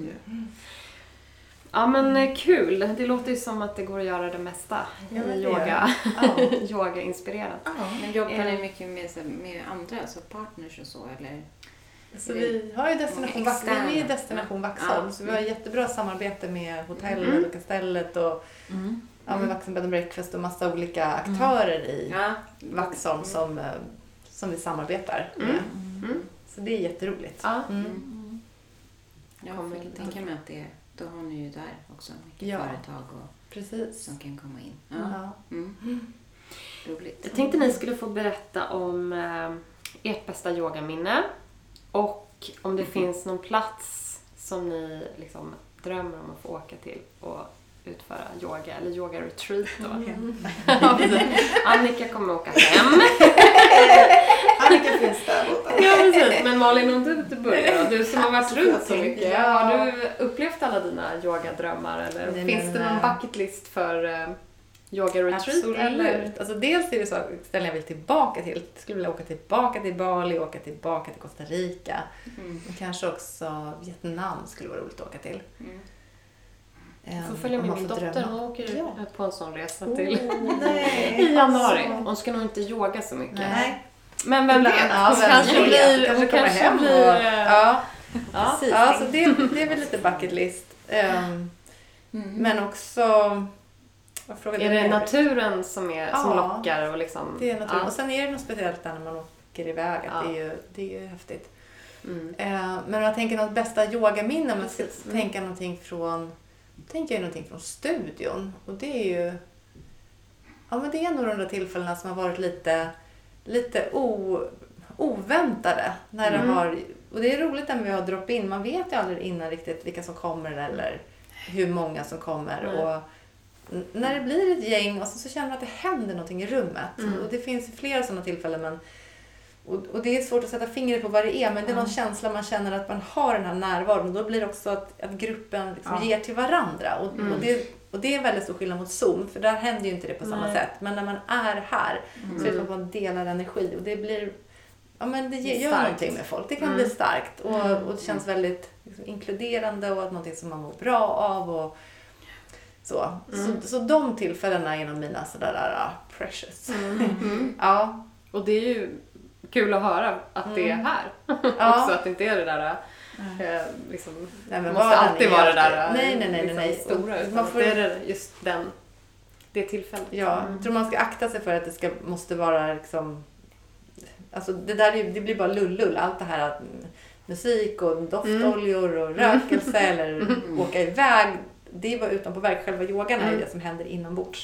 Ja, men kul. Det låter ju som att det går att göra det mesta i yoga. Yoga-inspirerat. Men jobbar ni mycket med andra, alltså partners och så, eller? Så vi har ju Destination Vaxholm, så vi har jättebra samarbete med hotell och Kastellet och med Vaxholm Bed and Breakfast och massa olika aktörer i Vaxholm som vi samarbetar med. Så det är jätteroligt. Jag kan tänka mig att då har ni ju där också mycket företag som kan komma in. Roligt. Jag tänkte ni skulle få berätta om ert bästa yogaminne och om det finns någon plats som ni liksom drömmer om att få åka till och utföra yoga eller yoga-retreat då. Annika kommer åka hem. Annika finns där borta. Ja, precis. Men Malin, om du börjar då? Du som har varit runt så mycket. Har du upplevt alla dina yogadrömmar? Eller finns det någon bucket list för yoga-retreat? Absolut. Eller? Alltså, dels är det så att ställen jag vill tillbaka till. Jag skulle vilja åka tillbaka till Bali, åka tillbaka till Costa Rica. Och kanske också Vietnam skulle vara roligt att åka till. Jag får följa med min dotter. Hon åker på en sån resa till i januari. Hon ska nog inte yoga så mycket. Nej. Men vem vet? Kanske blir... Precis. Ja, så det är väl lite bucket list. Men också... Är det naturen som lockar? Och liksom, det är naturen. Och sen är det något speciellt där när man åker iväg. Att det är ju häftigt. Men om jag tänker något bästa yogaminne, om jag ska tänka någonting från... tänker jag någonting från studion. Och det är ju... Ja, men det är nog de där tillfällena som har varit lite oväntade. När det har, och det är roligt när vi har drop-in. Man vet ju aldrig innan riktigt vilka som kommer eller hur många som kommer. Och när det blir ett gäng och så känner man att det händer någonting i rummet. Och det finns flera sådana tillfällen. Och det är svårt att sätta fingret på vad det är. Men det är någon känsla man känner att man har den här närvaron. Och då blir det också att gruppen liksom ger till varandra. Och det är väldigt stor skillnad mot Zoom. För där händer ju inte det på samma sätt. Men när man är här så är det som att man delar energi. Och det blir... Ja, men det gör någonting med folk. Det kan bli starkt. Och det känns väldigt liksom, inkluderande. Och någonting som man mår bra av. Och så de tillfällena är nog mina sådär precious. Ja. Och det är ju kul att höra att det är här. Också att det inte är det där... liksom, nej, men måste alltid vara det där nej. Stora, utan det är just det tillfället. Ja, jag tror man ska akta sig för att det måste vara liksom, alltså det blir bara lullull. Allt det här att musik och doftoljor och rökelse eller åka iväg, det är bara utanpå verk. Själva yogan är det som händer inombords.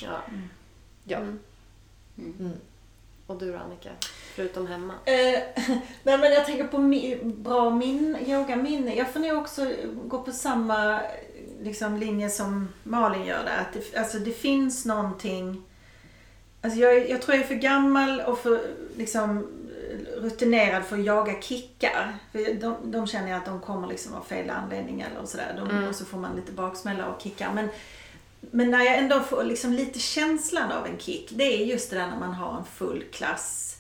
Och du, Annika, förutom hemma? Nej, men jag tänker på bra yogaminne. Jag får nog också gå på samma liksom, linje som Malin gör där. Att det finns någonting... Alltså jag tror jag är för gammal och för liksom, rutinerad för att jaga kickar. För de känner att de kommer liksom av fel anledning eller sådär. Och så får man lite baksmälla och kickar. Men när jag ändå får liksom lite känslan av en kick, det är just det där när man har en full klass.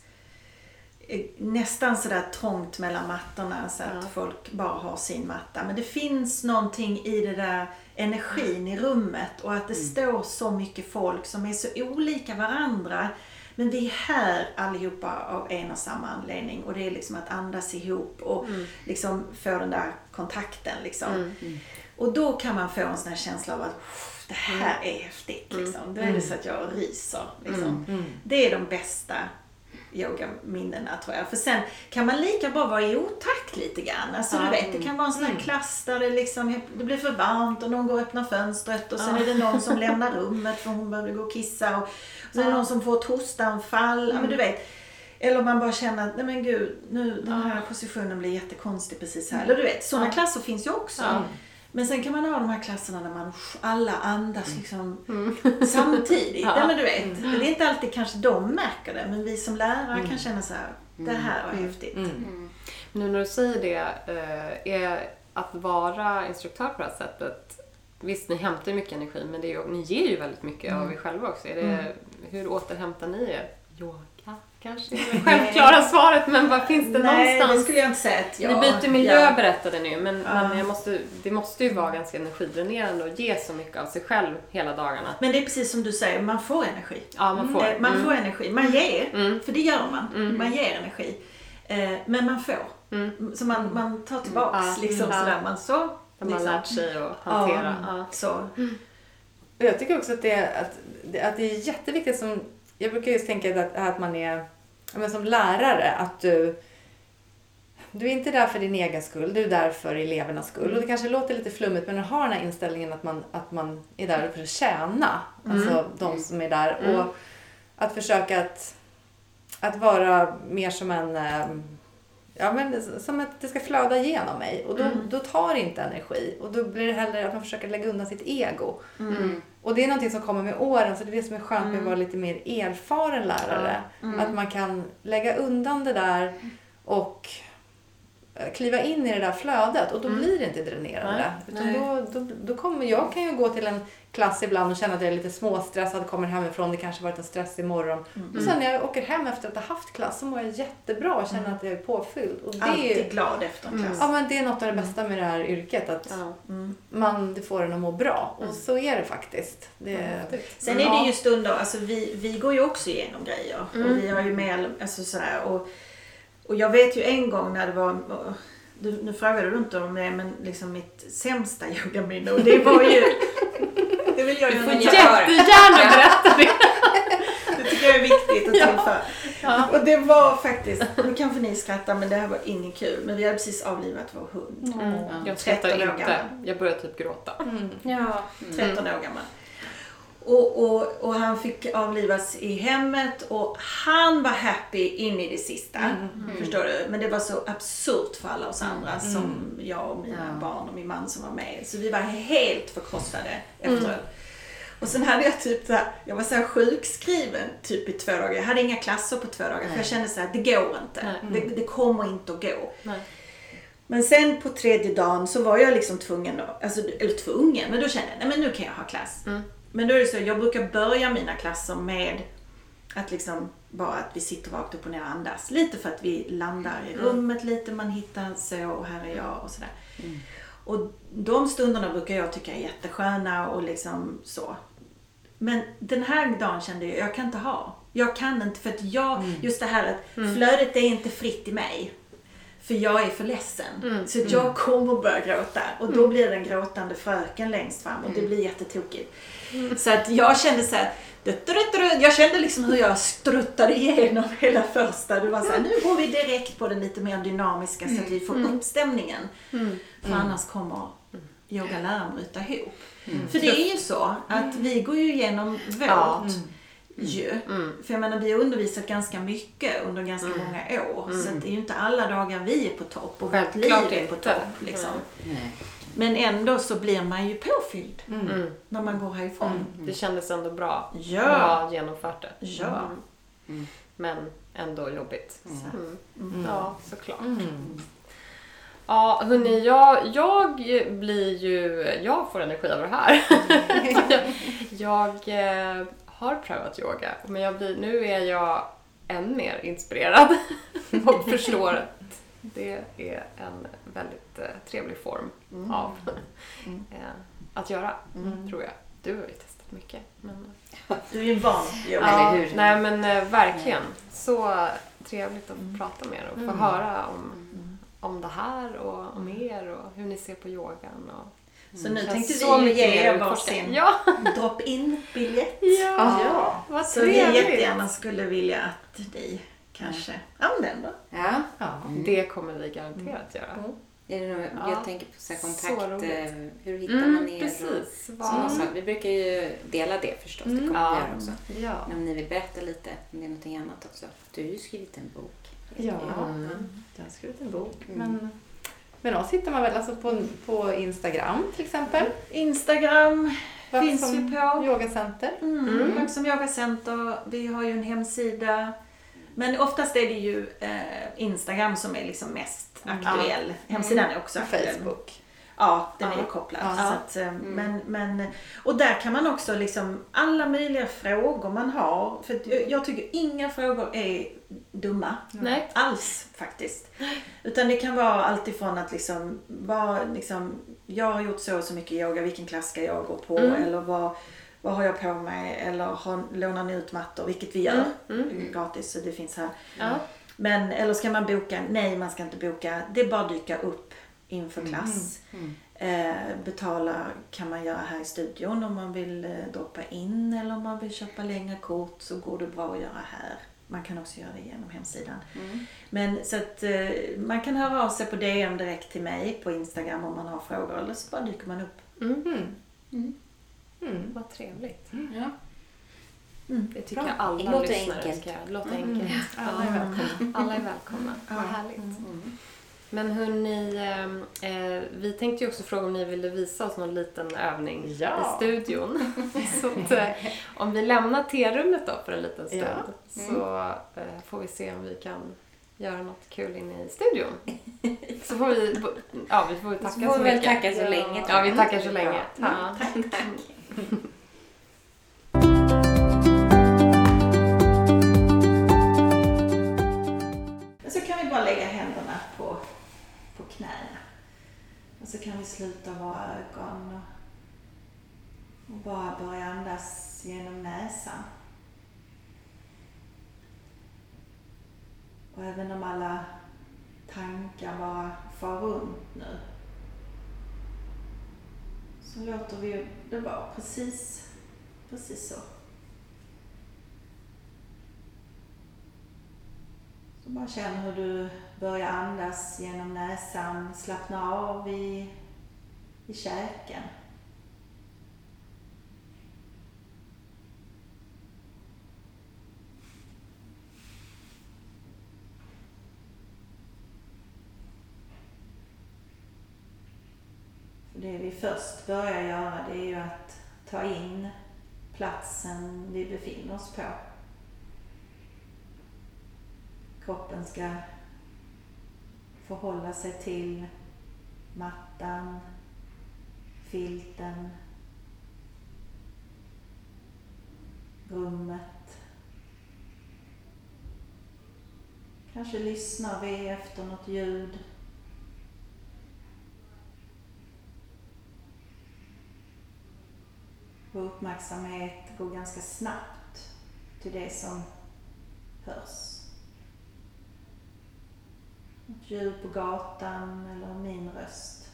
Nästan sådär trångt mellan mattorna så att folk bara har sin matta. Men det finns någonting i det där energin i rummet och att det står så mycket folk som är så olika varandra. Men vi är här allihopa av en och samma anledning. Och det är liksom att andas ihop och liksom få den där kontakten liksom. Och då kan man få en sån här känsla av att det här är häftigt liksom. Då är det så att jag ryser liksom. Det är de bästa yogaminnena tror jag. För sen kan man lika bra vara i otakt lite grann. Alltså du vet, det kan vara en sån här klass där det liksom, det blir för varmt och någon går och öppnar fönstret och sen är det någon som lämnar rummet för hon behöver gå och kissa och sen är det någon som får ett hostanfall. Ja, men du vet. Eller man bara känner att nej men gud, nu den här positionen blir jättekonstig precis här. Eller du vet, sådana klasser finns ju också. Men sen kan man ha de här klasserna där man alla andas liksom samtidigt. Ja. Men du vet, det är inte alltid kanske de märker det, men vi som lärare kan känna så här, det här var häftigt. Nu när du säger det, är att vara instruktör på det här sättet, visst ni hämtar mycket energi, men det är ju, ni ger ju väldigt mycket av er själva också. Är det, hur återhämtar ni er? Yoga kanske är det självklara svaret, men vad finns det någonstans? Nej, det skulle jag inte säga att Ni byter miljö berättade ni, men det måste ju vara ganska energidränerande och ge så mycket av sig själv hela dagarna. Men det är precis som du säger, man får energi. Ja, man får. Man får energi. Man ger, för det gör man. Man ger energi. Men man får. Så man tar tillbaks liksom sådär. Man så. Man har lärt sig att hantera. Så. Jag tycker också att det är jätteviktigt som... Jag brukar just tänka att man är som lärare, att du är inte där för din egen skull, du är där för elevernas skull. Och det kanske låter lite flummigt, men att ha den här inställningen att man är där för att tjäna alltså de som är där. Och att försöka att vara mer som som att det ska flöda genom mig. Och då tar det inte energi. Och då blir det hellre att man försöker lägga undan sitt ego. Och det är någonting som kommer med åren. Så det är det som är skönt med att vara lite mer erfaren lärare. Att man kan lägga undan det där och kliva in i det där flödet. Och då blir det inte dränerande. Utan då kommer jag kan ju gå till en klass ibland och känna att jag är lite småstressad. Kommer hemifrån, det kanske varit en stressig morgon. Och sen när jag åker hem efter att ha haft klass så mår jag jättebra och känner att jag är påfylld. Och det alltid är glad efter en klass. Ja, men det är något av det bästa med det här yrket. Att det får en att må bra. Och så är det faktiskt. Sen är det ju stunder, alltså vi går ju också igenom grejer. Och vi har ju med, alltså sådär. Och jag vet ju en gång när det var... Nu frågade du inte om det, men liksom mitt sämsta yogaminne. Och det var ju... Det vill jag ju jättegärna berätta det. Det tycker jag är viktigt att tillföra. Ja. Och det var faktiskt... Nu kanske ni skrattar, men det här var ingen kul. Men vi hade precis avlivat vår hund. Jag skrattar inte. Jag började typ gråta. 13 år gammal. Och han fick avlivas i hemmet och han var happy in i det sista. Förstår du? Men det var så absurt för alla oss andra som jag och mina barn och min man som var med. Så vi var helt förkrossade efteråt. Och sen hade jag typ jag var så här sjukskriven typ i 2 dagar. Jag hade inga klasser på 2 dagar för jag kände så här, det går inte. Det kommer inte att gå. Nej. Men sen på 3:e dagen så var jag liksom tvungen, men då kände jag, nej men nu kan jag ha klass. Men då är det så, jag brukar börja mina klasser med att liksom bara att vi sitter rakt upp och ner och andas. Lite för att vi landar i rummet lite, man hittar så och här är jag och sådär. Och de stunderna brukar jag tycka är jättesköna och liksom så. Men den här dagen kände jag kan inte ha. Jag kan inte för att just det här att flödet är inte fritt i mig. För jag är för ledsen. Så att jag kommer att börja gråta. Och då blir det en gråtande fröken längst fram. Och det blir jättetokigt. Så att jag kände så här. Jag kände liksom hur jag struttade igenom hela första. Det var så här, nu går vi direkt på den lite mer dynamiska. Så att vi får upp stämningen. För annars kommer yogaläraren bryta ihop. För det är ju så att vi går ju igenom vårt. För jag menar, vi har undervisat ganska mycket under ganska många år. Så det är ju inte alla dagar vi är på topp och vårt liv är på topp. Liksom. Men ändå så blir man ju påfylld när man går härifrån. Det kändes ändå bra att ha genomfört det. Ja. Men ändå jobbigt. Ja, såklart. Ja, hörni, jag får energi av det här. jag har prövat yoga, men nu är jag än mer inspirerad och förstår att det är en väldigt trevlig form av att göra, tror jag. Du har ju testat mycket. Men... Du är ju van yoga. Ja, nej men verkligen. Så trevligt att få prata med er och få höra om det här och om er och hur ni ser på yogan. Så nu tänkte vi ge er varsin drop-in-biljett. Ja, vad så vi jättegärna skulle vilja att ni kanske använder. Ja. Det kommer vi garanterat göra. Är det något, jag tänker på så här kontakt, hur hittar man er? Precis. Vi brukar ju dela det förstås, det kommer vi göra också. Ja. Men om ni vill berätta lite om det är någonting annat också. Du har ju skrivit en bok. Ja, jag har skrivit en bok. Men oss hittar man väl alltså på Instagram till exempel. Instagram finns ju på. Yogacenter. Som Yogacenter. Vi har ju en hemsida. Men oftast är det ju Instagram som är liksom mest aktuell. Hemsidan är också aktuell. Facebook. Ja, den är ju kopplad. Så att, och där kan man också liksom alla möjliga frågor man har. För jag tycker inga frågor är dumma. Nej. Alls faktiskt. Utan det kan vara allt ifrån att jag har gjort så mycket yoga, vilken klass ska jag gå på? Eller vad har jag på mig? Eller lånar ni ut mattor, vilket vi gör gratis, så det finns här. Men, eller ska man boka? Nej, man ska inte boka. Det är bara dyka upp inför klass. Betala kan man göra här i studion om man vill droppa in, eller om man vill köpa längre kort så går det bra att göra här. Man kan också göra det genom hemsidan. Men så att man kan höra av sig på DM direkt till mig på Instagram om man har frågor, eller så bara dyker man upp. Vad trevligt. Ja. Det tycker jag alla låter lyssnare enkelt. ska göra. Det låter enkelt. Alla är välkomna. Alla är välkomna. Vad härligt. Men hörni, vi tänkte ju också fråga om ni ville visa oss någon liten övning i studion. Så att, om vi lämnar terummet då för en liten stund så får vi se om vi kan göra något kul inne i studion. Så får vi tacka så mycket. Så får vi väl tacka så länge. Ja, vi tackar så länge. Tack. Så kan vi bara lägga händerna på knäna. Och så kan vi sluta våra ögon och bara börja andas genom näsan. Och även om alla tankar bara far runt nu, så låter vi det vara precis så. Så bara känn hur du börjar andas genom näsan, slappna av i käken. För det vi först börjar göra, det är ju att ta in platsen vi befinner oss på. Kroppen ska förhålla sig till mattan, filten, rummet. Kanske lyssnar vi efter något ljud. Vår uppmärksamhet går ganska snabbt till det som hörs. Ett ljud på gatan eller min röst.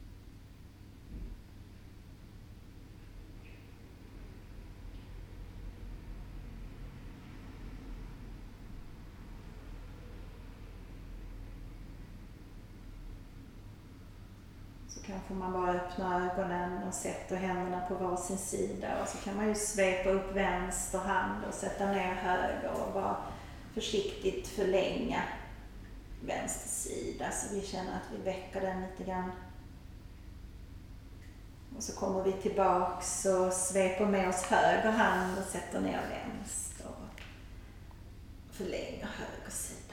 Så kanske man bara öppnar ögonen och sätter händerna på varsin sida, och så kan man ju svepa upp vänster hand och sätta ner höger och bara försiktigt förlänga vänster sida så vi känner att vi väcker den lite grann. Och så kommer vi tillbaks och sveper med oss höger hand och sätter ner vänster. förlänger höger sida.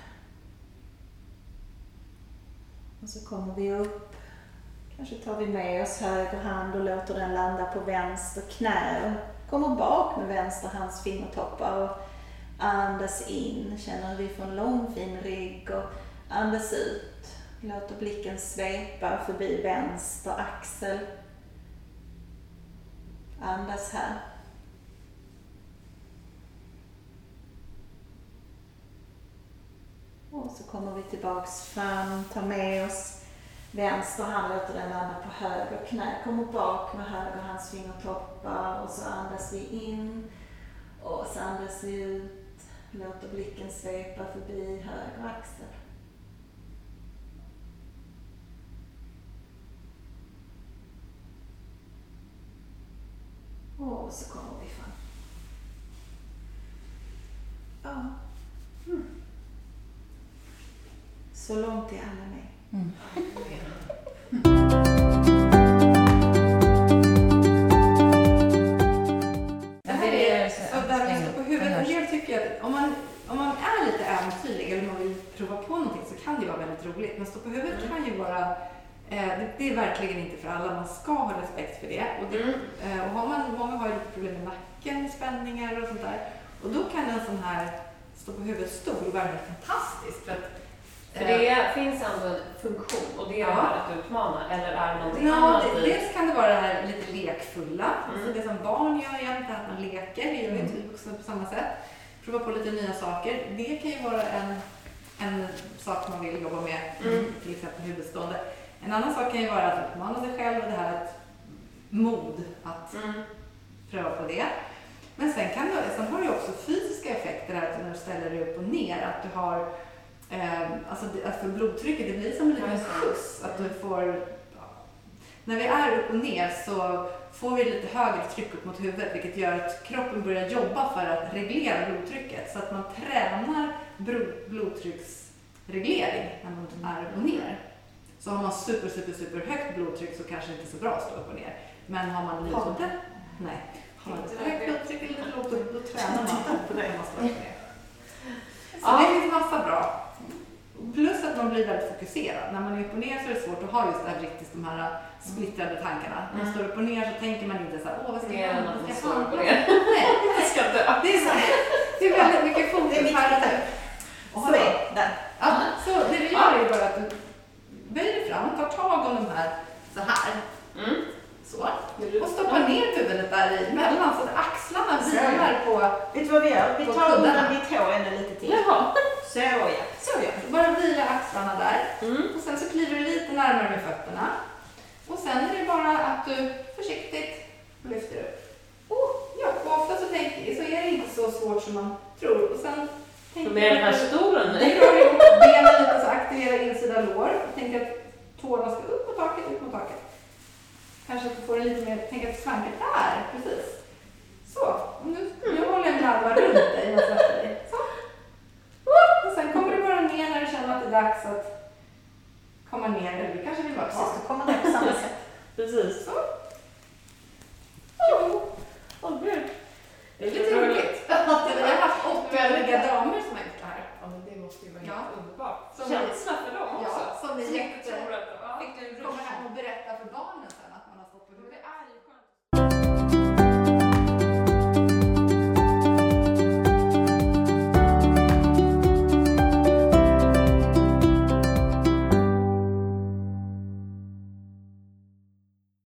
Och så kommer vi upp. Kanske tar vi med oss höger hand och låter den landa på vänster knä. Och kommer bak med vänster hands fingertoppar och andas in. Känner att vi får en lång fin rygg och andas ut. Låter blicken svepa förbi vänster axel. Andas här. Och så kommer vi tillbaks fram, tar med oss vänster hand, låter den landa på höger knä. Kommer bak med höger hands fingertoppar och så andas vi in. Och så andas vi ut. Låter blicken svepa förbi höger axel. Och så kommer vi fram. Ja. Så långt är alla med. På huvudet, jag tycker att om man är lite äventyrlig eller man vill prova på någonting så kan det vara väldigt roligt. Men stå på huvudet kan ju vara, det är verkligen inte för alla, man ska ha respekt för det. Och många har ju lite problem med nacken, spänningar och sånt där. Och då kan en sån här stå på huvudet stol vara helt fantastisk. För det finns ändå en funktion och det är det här att utmana, eller är det någonting annat? Dels kan det vara det här lite lekfulla, alltså det som barn gör egentligen, att man leker, det gör vi inte vuxna på samma sätt. Prova på lite nya saker. Det kan ju vara en sak man vill jobba med, till exempel huvudstående. En annan sak kan ju vara att utmana sig själv och det här att mod att pröva på det. Men sen har du också fysiska effekter här när du ställer dig upp och ner, att du har att för blodtrycket, det blir som en liten skjuts, att du får, när vi är upp och ner så får vi lite högre tryck upp mot huvudet, vilket gör att kroppen börjar jobba för att reglera blodtrycket, så att man tränar blodtrycksreglering när man är upp och ner. Så har man super högt blodtryck så kanske inte är så bra att stå upp och ner, men har man lite har man lite högt blodtryck eller lite lågt, då tränar man på det när man står upp och ner. Så det finns massa bra. Plus att man blir väldigt fokuserad. När man är upp och ner så är det svårt att ha just de här splittrade tankarna. När man står upp och ner så tänker man inte så här, vad ska jag göra? Nej, jag ska dö. Det är väldigt mycket fokus här. Så det du gör är bara att du böjer dig fram, tar tag om de här så här. Så. Och stoppar ner huvudet där emellan så att axlarna vilar på. Vet du vad vi gör? Vi tar undan ditt hår ännu lite till. Jaha. Så ja. Bara vila axlarna där. Och sen så kliver du lite närmare med fötterna. Och sen är det bara att du försiktigt lyfter upp. Och ofta så är det inte så svårt som man tror. Och sen med den här stolen nu. Du drar ihop benen lite så aktivera insida lår. Tänk att tårna ska upp mot taket. Kanske att du får en lite mer, tänk att svanket där, precis. Så, nu håller jag min armar runt dig och släpper dig. Så. Och sen kommer du bara ner när du känner att det är dags att komma ner. Eller du kanske vill vara kvar. Precis, du kommer ner på samma sätt. Precis. Så. Det är lite roligt. Jag har haft 80-åriga damer som har gjort det här. Ja, men det måste ju vara helt underbart. Som känsla för dem också. Ja, som är jätteroligt. Fick du komma hem och berätta för barnen så